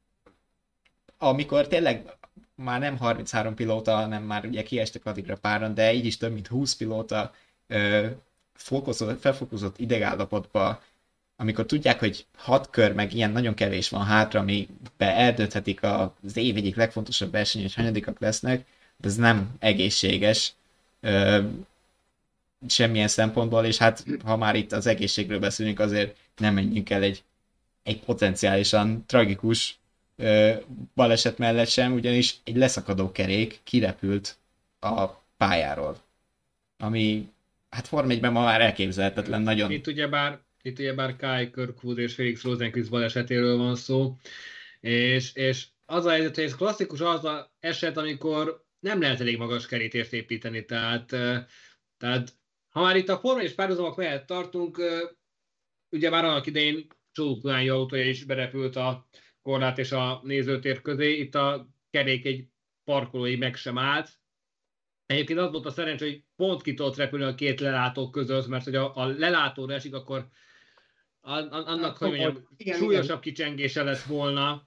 Speaker 2: amikor tényleg már nem harminchárom pilóta, hanem már ugye kiestek addigra páran, de így is több mint húsz pilóta ö, fokozott, felfokozott idegállapotba, amikor tudják, hogy hat kör, meg ilyen nagyon kevés van hátra, amiben eldönthetik az év egyik legfontosabb verseny, hogy hanyadikak lesznek, de ez nem egészséges. Ö, semmilyen szempontból, és hát ha már itt az egészségről beszélünk, azért nem menjünk el egy, egy potenciálisan tragikus ö, baleset mellett sem, ugyanis egy leszakadó kerék kirepült a pályáról, ami hát Forma egyben ma már elképzelhetetlen, nagyon...
Speaker 4: Itt ugyebár, itt ugyebár Kyle Kirkwood és Felix Rosenqvist balesetéről van szó, és, és az a helyzet, hogy ez klasszikus az az eset, amikor nem lehet elég magas kerítést építeni, tehát, tehát ha már itt a Forma és párhuzamok mellett tartunk, ugye már annak idején Csókulányi autója is berepült a korlát és a nézőtér közé, itt a kerék egy parkolói meg sem állt. Egyébként az volt a szerencsé, hogy pont ki tudott repülni a két lelátó között, mert hogy a, a lelátóra esik, akkor annak, hát, hogy mondjam, igen, súlyosabb igen. kicsengése lett volna.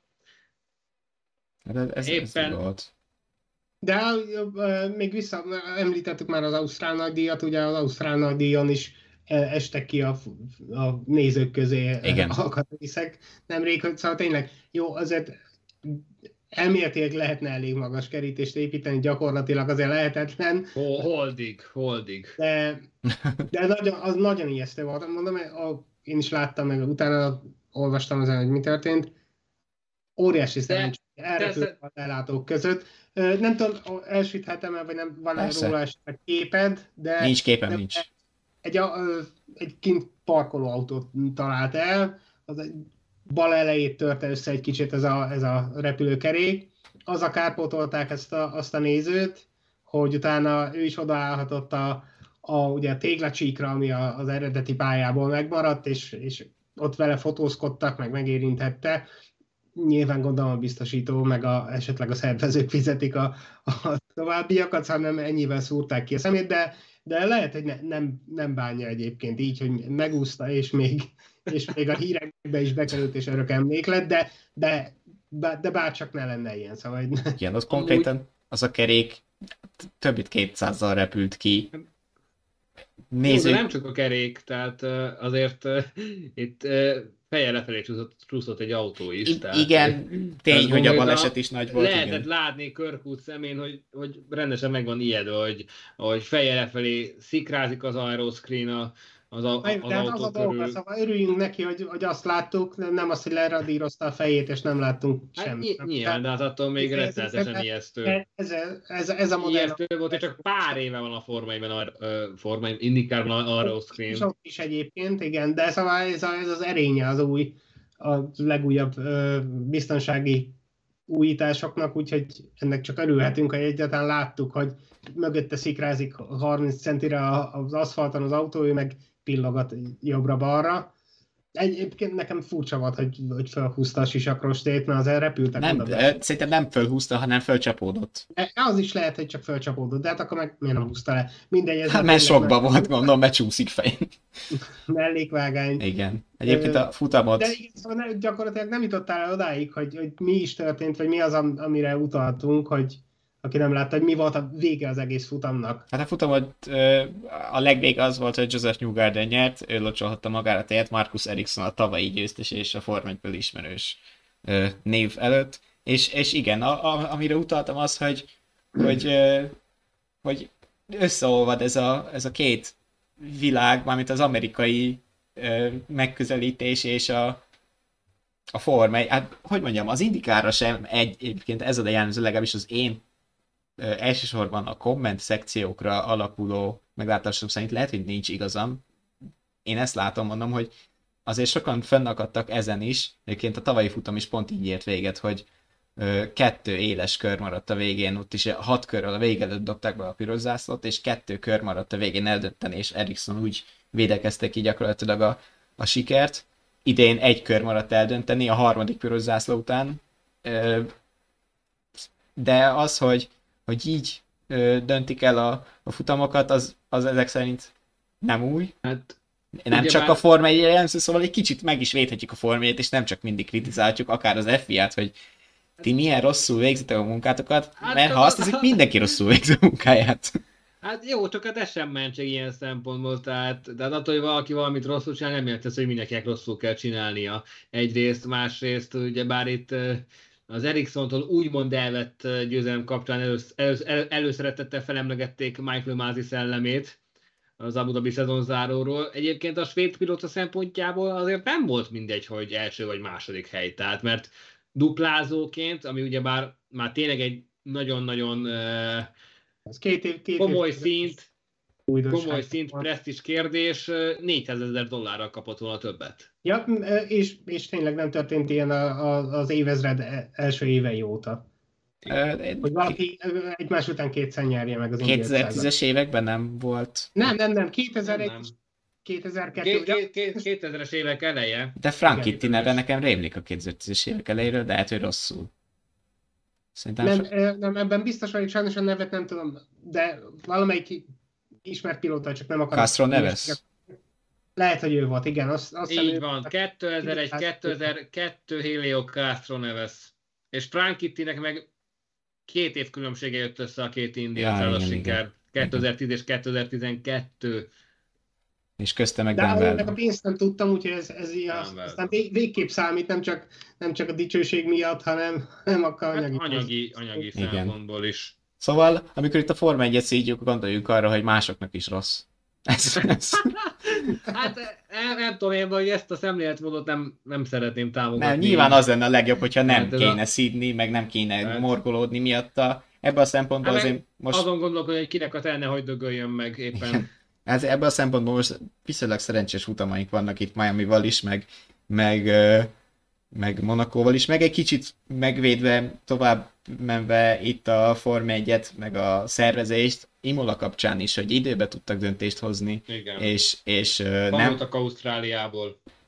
Speaker 2: Hát ez,
Speaker 4: Éppen...
Speaker 2: ez volt.
Speaker 3: De uh, még vissza, említettük már az Ausztrál nagydíjat, ugye az Ausztrál nagydíjon is uh, estek ki a, a nézők közé alkatrészek nemrég, hogy szóval tényleg jó, azért elméletileg lehetne elég magas kerítést építeni, gyakorlatilag azért lehetetlen.
Speaker 4: Holdig, holdig.
Speaker 3: De, de nagyon, az nagyon ijesztő volt. Mondom, a, én is láttam, meg utána olvastam ezen, hogy mi történt. Óriási szerencsé, elrepült a lelátók között. Nem tudom, elsüthetem-e, vagy nem van róla esetleg képed, de...
Speaker 2: Nincs képem,
Speaker 3: de
Speaker 2: nincs.
Speaker 3: Egy, egy kint parkoló autót talált el, az egy bal elejét törte össze egy kicsit ez a, ez a repülőkerék. Az a kárpótolták ezt a, azt a nézőt, hogy utána ő is odaállhatott a, a, ugye a téglacsíkra, ami a, az eredeti pályából megmaradt, és, és ott vele fotózkodtak, meg megérintette. Nyilván gondolom a biztosító, meg a, esetleg a szervezők fizetik a, a továbbiakat, hanem ennyivel szúrták ki a szemét, de, de lehet, hogy ne, nem, nem bánja egyébként így, hogy megúszta, és még, és még a hírekbe is bekerült, és örök emlék lett, de, de, de bárcsak ne lenne ilyen, szóval...
Speaker 2: Igen, az konkrétan az a kerék több mint kétszázzal repült ki.
Speaker 4: Nézzük. Nem csak a kerék, tehát azért uh, itt uh, fejjel lefelé csúszott egy autó is.
Speaker 2: I-
Speaker 4: tehát,
Speaker 2: igen, tény, hogy a baleset is nagy volt.
Speaker 4: Lehetett
Speaker 2: igen.
Speaker 4: látni Kirkwood szemén, hogy, hogy rendesen meg van ijedve, hogy, hogy fejjel lefelé szikrázik az aeroscreen a, az, a, az
Speaker 3: de
Speaker 4: autó
Speaker 3: az a
Speaker 4: körül.
Speaker 3: dolga, szóval örüljünk neki, hogy, hogy azt láttuk, nem azt, hogy leradírozta a fejét, és nem láttunk
Speaker 4: Hát
Speaker 3: semmit.
Speaker 4: ny- nyilván, de hát attól még
Speaker 3: Ez-
Speaker 4: rettenetesen
Speaker 3: ez-
Speaker 4: ijesztő.
Speaker 3: Ez, ez, ez a modell.
Speaker 4: Ijesztő volt, hogy csak pár éve van a formaiban, a formai, indikárban a aeroscreen.
Speaker 3: És ott is egyébként, igen, de szóval ez, a, ez az erénye az új, a legújabb ö, biztonsági újításoknak, úgyhogy ennek csak örülhetünk, hogy egyáltalán láttuk, hogy mögötte szikrázik harminc centire az aszfalton az autó, ő meg pillogat jobbra-balra. Egyébként nekem furcsa volt, hogy, hogy felhúzta a sisakrostét, mert azért repültek
Speaker 2: Nem,
Speaker 3: oda.
Speaker 2: ö, szerintem nem fölhúzta, hanem fölcsapódott.
Speaker 3: De az is lehet, hogy csak fölcsapódott, de hát akkor meg miért nem húzta le? Mindegy, ez
Speaker 2: Hát mert sokba volt, gondolom, mert csúszik fején.
Speaker 3: mellékvágány.
Speaker 2: Igen. Egyébként a futamot...
Speaker 3: De igen, szóval ne- gyakorlatilag nem jutottál el odáig, hogy, hogy mi is történt, vagy mi az, am- amire utaltunk, hogy aki nem látta, hogy mi volt a vége az egész futamnak.
Speaker 2: Hát a futamot ö, a legvége az volt, hogy Joseph Newgarden nyert, ő locsolhatta magára tejet Marcus Ericsson a tavalyi győztes és a Forma egyből ismerős ö, név előtt. És, és igen, a, a, amire utaltam az, hogy, hogy, ö, hogy összeolvad ez a, ez a két világ, mármint az amerikai ö, megközelítés és a, a Forma egy. Hát, hogy mondjam, az Indycarra sem egy, egyébként ez a jellemző, legalábbis az én ö, elsősorban a komment szekciókra alapuló meglátásom szerint lehet, hogy nincs igazam. Én ezt látom, mondom, hogy azért sokan fennakadtak ezen is. Egyébként a tavalyi futam is pont így ért véget, hogy ö, kettő éles kör maradt a végén, ott is hat körrel a vége előtt dobták be a piros zászlót, és kettő kör maradt a végén eldönteni, és Ericsson úgy védekezte ki gyakorlatilag a, a sikert. Idén egy kör maradt eldönteni a harmadik piros zászló után. Ö, de az, hogy, hogy így ö, döntik el a, a futamokat, az, az ezek szerint nem új.
Speaker 4: Hát,
Speaker 2: Nem
Speaker 4: ugye
Speaker 2: csak
Speaker 4: már-
Speaker 2: a Forma egy jellemző, szóval egy kicsit meg is védhetjük a Forma egyet, és nem csak mindig kritizáljuk, akár az ef i á-t, hogy ti milyen rosszul végzitek a munkátokat,
Speaker 4: Hát
Speaker 2: mert ha
Speaker 4: az-
Speaker 2: azt hiszik, mindenki rosszul végzi a munkáját.
Speaker 4: Hát jó, csak hát ez sem mentség ilyen szempontból, tehát, tehát attól, hogy valaki valamit rosszul csinál, nem jelenti, hogy mindenkinek rosszul kell csinálnia. Egyrészt, másrészt, ugye bár itt eh, az Ericssontól úgymond elvett eh, győzelem kapcsán elősz, elősz, elő, előszeretettel felemlegették Michael Masi szellemét az Abu Dhabi szezonzáróról. Egyébként a svéd pilóta szempontjából azért nem volt mindegy, hogy első vagy második hely, tehát mert duplázóként, ami ugye bár már tényleg egy nagyon-nagyon eh,
Speaker 3: Ez két év, két
Speaker 4: komoly
Speaker 3: év,
Speaker 4: szint,
Speaker 3: újdonság
Speaker 4: komoly szint,
Speaker 3: van.
Speaker 4: presztis kérdés, négyszázezer dollárral kapott volna többet.
Speaker 3: Ja, m- és, és tényleg nem történt ilyen a, a, az évezred e- első évei óta. Hogy valaki ö, egymás után kétszer nyerje meg az Indy ötszázat.
Speaker 2: kétezer-tízes években nem volt,
Speaker 3: Nem, nem, nem, kétezer-egy,
Speaker 4: Nem, nem.
Speaker 3: kétezer-kettő,
Speaker 4: Két-
Speaker 3: ugye?
Speaker 4: két- két- kétezres évek eleje.
Speaker 2: de Frank
Speaker 3: Igen,
Speaker 2: Kittinerre nekem rémlik a kétezer-tízes évek elejéről, de hát, hogy rosszul. Szerintem
Speaker 3: Nem,
Speaker 2: so-
Speaker 3: ö, nem, ebben biztos vagyok, sajnos a nevet nem tudom, de valamelyik ismert pilóta, csak nem akarok.
Speaker 2: Castro Neves?
Speaker 3: Lehet, hogy ő volt, igen. Azt, azt hiszem,
Speaker 4: Így
Speaker 3: ő-
Speaker 4: van, kétezer-egy kétezer-kettő Helio Castro Neves. És Frank Kittinek meg két év különbsége jött össze a két indián
Speaker 2: Ja,
Speaker 4: a
Speaker 2: igen,
Speaker 4: siker. kétezer-tíz és kétezer-tizenkettő.
Speaker 2: és közte meg
Speaker 3: De
Speaker 2: Dan
Speaker 3: ennek a
Speaker 2: Weldon.
Speaker 3: pénzt nem tudtam, úgyhogy ez, ez így
Speaker 4: Dan
Speaker 3: az,
Speaker 4: Weldon.
Speaker 3: aztán vég, végképp számít, nem csak, nem csak a dicsőség miatt, hanem nem a
Speaker 4: Hát
Speaker 3: anyagi.
Speaker 4: anyagi, anyagi
Speaker 2: Igen.
Speaker 4: szempontból is.
Speaker 2: Szóval, amikor itt a Forma egyet szígyük, gondoljunk arra, hogy másoknak is rossz. Ez, ez.
Speaker 4: Hát nem, nem tudom én, hogy ezt a szemléletmódot nem, nem szeretném támogatni.
Speaker 2: Nem, nyilván az lenne a legjobb, hogyha nem
Speaker 4: Hát ez
Speaker 2: kéne
Speaker 4: a-
Speaker 2: szídni, meg nem kéne
Speaker 4: Hát-
Speaker 2: morgolódni miatta. Ebben a szempontból
Speaker 4: Hát meg
Speaker 2: azért most,
Speaker 4: Azon gondolok, hogy kinek a tenne, hogy dögöljön meg éppen.
Speaker 2: ez, ebből a szempontból most viszonylag szerencsés futamaink vannak itt Miamival is, meg, meg, ö, meg Monacóval is, meg egy kicsit megvédve, tovább menve itt a Forma egyet, meg a szervezést, Imola kapcsán is, hogy időbe tudtak döntést hozni,
Speaker 4: Igen.
Speaker 2: és, és ö, nem,
Speaker 4: Tanultak Ausztráliából.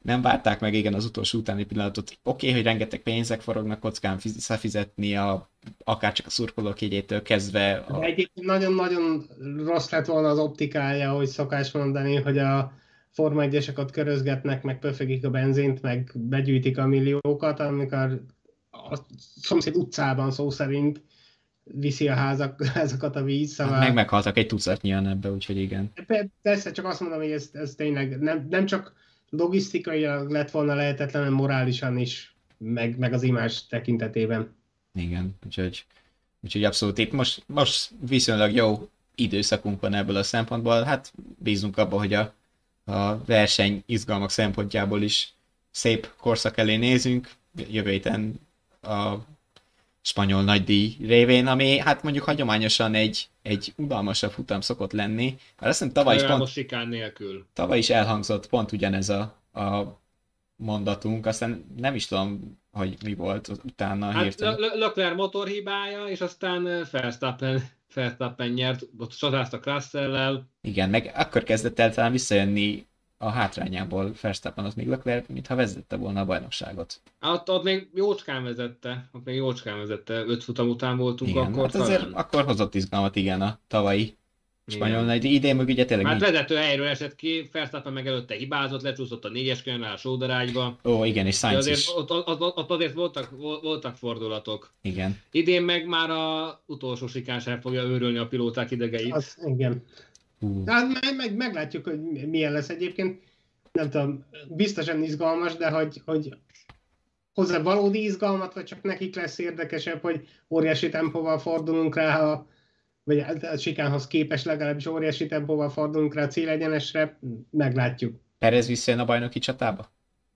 Speaker 2: nem várták meg igen az utolsó utáni pillanatot. Oké, okay, hogy rengeteg pénzek forognak kockán visszafizetni, a, akár csak a szurkolók jegyétől kezdve. A...
Speaker 3: De egyébként nagyon-nagyon rossz lett volna az optikája, hogy szokás mondani, hogy a Forma egyeseket körözgetnek, meg pöfögik a benzint, meg begyűjtik a milliókat, amikor a szomszéd utcában szó szerint viszi a házak, házakat a víz. Szóval...
Speaker 2: Hát meg meghaltak egy tucatnyian ebbe, úgyhogy igen.
Speaker 3: Persze, csak azt mondom, hogy ez, ez tényleg nem, nem csak logisztikailag lett volna lehetetlen, hanem morálisan is, meg, meg az imázs tekintetében.
Speaker 2: Igen, úgyhogy, úgyhogy abszolút itt most, most viszonylag jó időszakunk van ebből a szempontból. Hát bízunk abba, hogy a, a verseny izgalmak szempontjából is szép korszak elé nézünk. Jövő héten a spanyol nagydíj révén, ami hát mondjuk hagyományosan egy, egy unalmasabb futam szokott lenni. Mert azt hiszem tavaly is pont,
Speaker 4: sikán nélkül.
Speaker 2: Tavaly is elhangzott pont ugyanez a, a mondatunk, aztán nem is tudom, hogy mi volt utána
Speaker 4: hát
Speaker 2: hirtelen.
Speaker 4: Leclerc motorhibája, és aztán Verstappen, Verstappen nyert, ott csatáztak Russell-lel.
Speaker 2: Igen, meg akkor kezdett el talán visszajönni a hátrányából Verstappen, az még Leclerc, mintha vezette volna a bajnokságot.
Speaker 4: Ott, ott még jócskán vezette, ott még jócskán vezette, öt futam után voltunk
Speaker 2: igen,
Speaker 4: akkor.
Speaker 2: Hát azért talán. Akkor hozott izgalmat, igen, a tavalyi spanyol nagy idén, meg ugye tényleg...
Speaker 4: Hát vezető helyről esett ki, Verstappen meg előtte hibázott, lecsúszott a négyes könyvnál a sódarágyba.
Speaker 2: Ó, igen, és Sainz
Speaker 4: azért,
Speaker 2: is.
Speaker 4: Ott, ott, ott azért voltak, voltak fordulatok.
Speaker 2: Igen.
Speaker 4: Idén meg már a utolsó sikán sem fogja őrölni a pilóták idegeit.
Speaker 3: Az, igen. Uh. Hát meg, meg, meglátjuk, hogy milyen lesz egyébként. Nem tudom, biztosan izgalmas, de hogy, hogy hozzá valódi izgalmat, vagy csak nekik lesz érdekesebb, hogy óriási tempóval fordulunk rá, a, vagy a sikánhoz képes legalábbis óriási tempóval fordulunk rá a célegyenesre, meglátjuk.
Speaker 2: Perez visszajön a bajnoki csatába?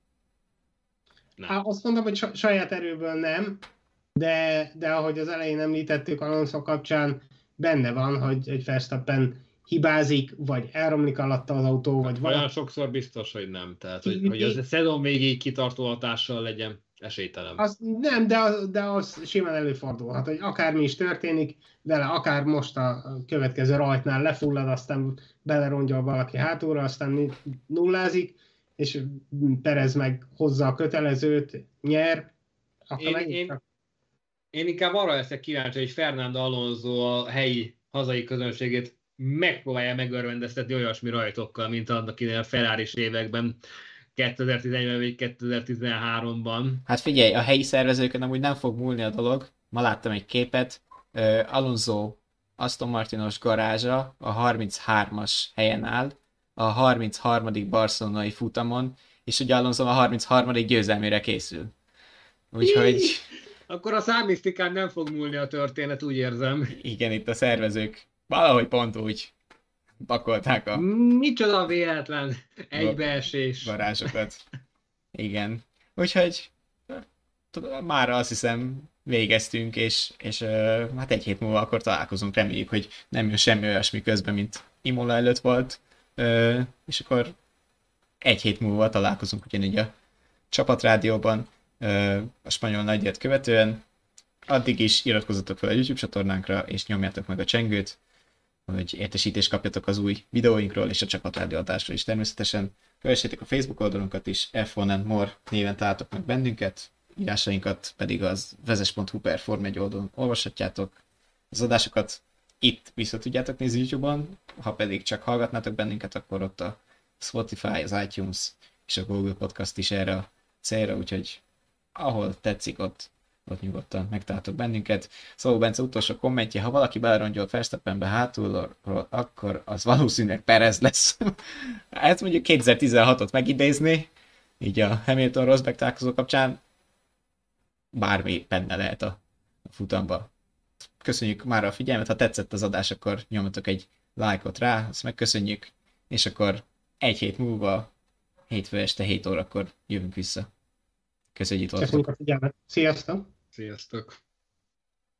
Speaker 3: Hát azt mondom, hogy saját erőből nem, de, de ahogy az elején említettük Alonso kapcsán, benne van, hogy egy Verstappen hibázik, vagy elromlik alatta az autó, vagy
Speaker 4: valami. Olyan sokszor biztos, hogy nem. Tehát, hogy,
Speaker 3: I,
Speaker 4: hogy az szezon végéig kitartó hatással legyen, esélytelen.
Speaker 3: Az nem, de az, de az simán előfordulhat, hogy akármi is történik vele, akár most a következő rajtnál lefullad, aztán belerongyol valaki hátulra, aztán nullázik, és Perez meg hozza a kötelezőt, nyer, akkor
Speaker 4: én,
Speaker 3: meg
Speaker 4: én,
Speaker 3: csak...
Speaker 4: én inkább arra leszek kíváncsi, hogy Fernando Alonso a helyi hazai közönségét megpróbálja megörvendeztetni olyasmi rajtokkal, mint annak idején a Ferraris években, kétezer-tizenegyben vagy kétezer-tizenháromban.
Speaker 2: Hát figyelj, a helyi szervezőkön amúgy nem fog múlni a dolog. Ma láttam egy képet, uh, Alonso Aston Martinos garázsa a harminchármas helyen áll, a harmincharmadik barcelonai futamon, és ugye Alonso a harmincharmadik győzelmére készül. Úgyhogy...
Speaker 4: Akkor a számisztikán nem fog múlni a történet, úgy érzem.
Speaker 2: Igen, itt a szervezők valahogy pont úgy pakolták a...
Speaker 4: Micsoda véletlen egybeesés.
Speaker 2: Garázsokat. Igen. Úgyhogy már azt hiszem végeztünk, és, és hát egy hét múlva akkor találkozunk. Reméljük, hogy nem jön semmi olyasmi közben, mint Imola előtt volt. És akkor egy hét múlva találkozunk ugyanígy a Csapatrádióban a spanyol nagydíjat követően. Addig is iratkozzatok fel a YouTube csatornánkra, és nyomjátok meg a csengőt, hogy értesítést kapjatok az új videóinkról, és a Csapatrádió adásról is természetesen. Kövessétek a Facebook oldalunkat is, F one and More néven találtok meg bennünket, írásainkat pedig az vezes pont hu per Forma egy oldalon olvashatjátok. Az adásokat itt vissza tudjátok nézni YouTube-on, ha pedig csak hallgatnátok bennünket, akkor ott a Spotify, az iTunes és a Google Podcast is erre a célra, úgyhogy ahol tetszik, ott, ott nyugodtan megtaláltok bennünket. Szóval Bence utolsó kommentje, ha valaki belerongyol Verstappenbe hátulról, akkor az valószínűleg Perez lesz. Hát mondjuk kétezer-tizenhatot megidézni, így a Hamilton-Rosberg találkozó kapcsán bármi benne lehet a, a futamba. Köszönjük már a figyelmet, ha tetszett az adás, akkor nyomjatok egy lájkot rá, azt megköszönjük, és akkor egy hét múlva, hétfő este hét órakor jövünk vissza. Köszönjük, itt voltatok.
Speaker 3: Köszönjük a figyelmet. Sziasztok!
Speaker 4: Sziasztok!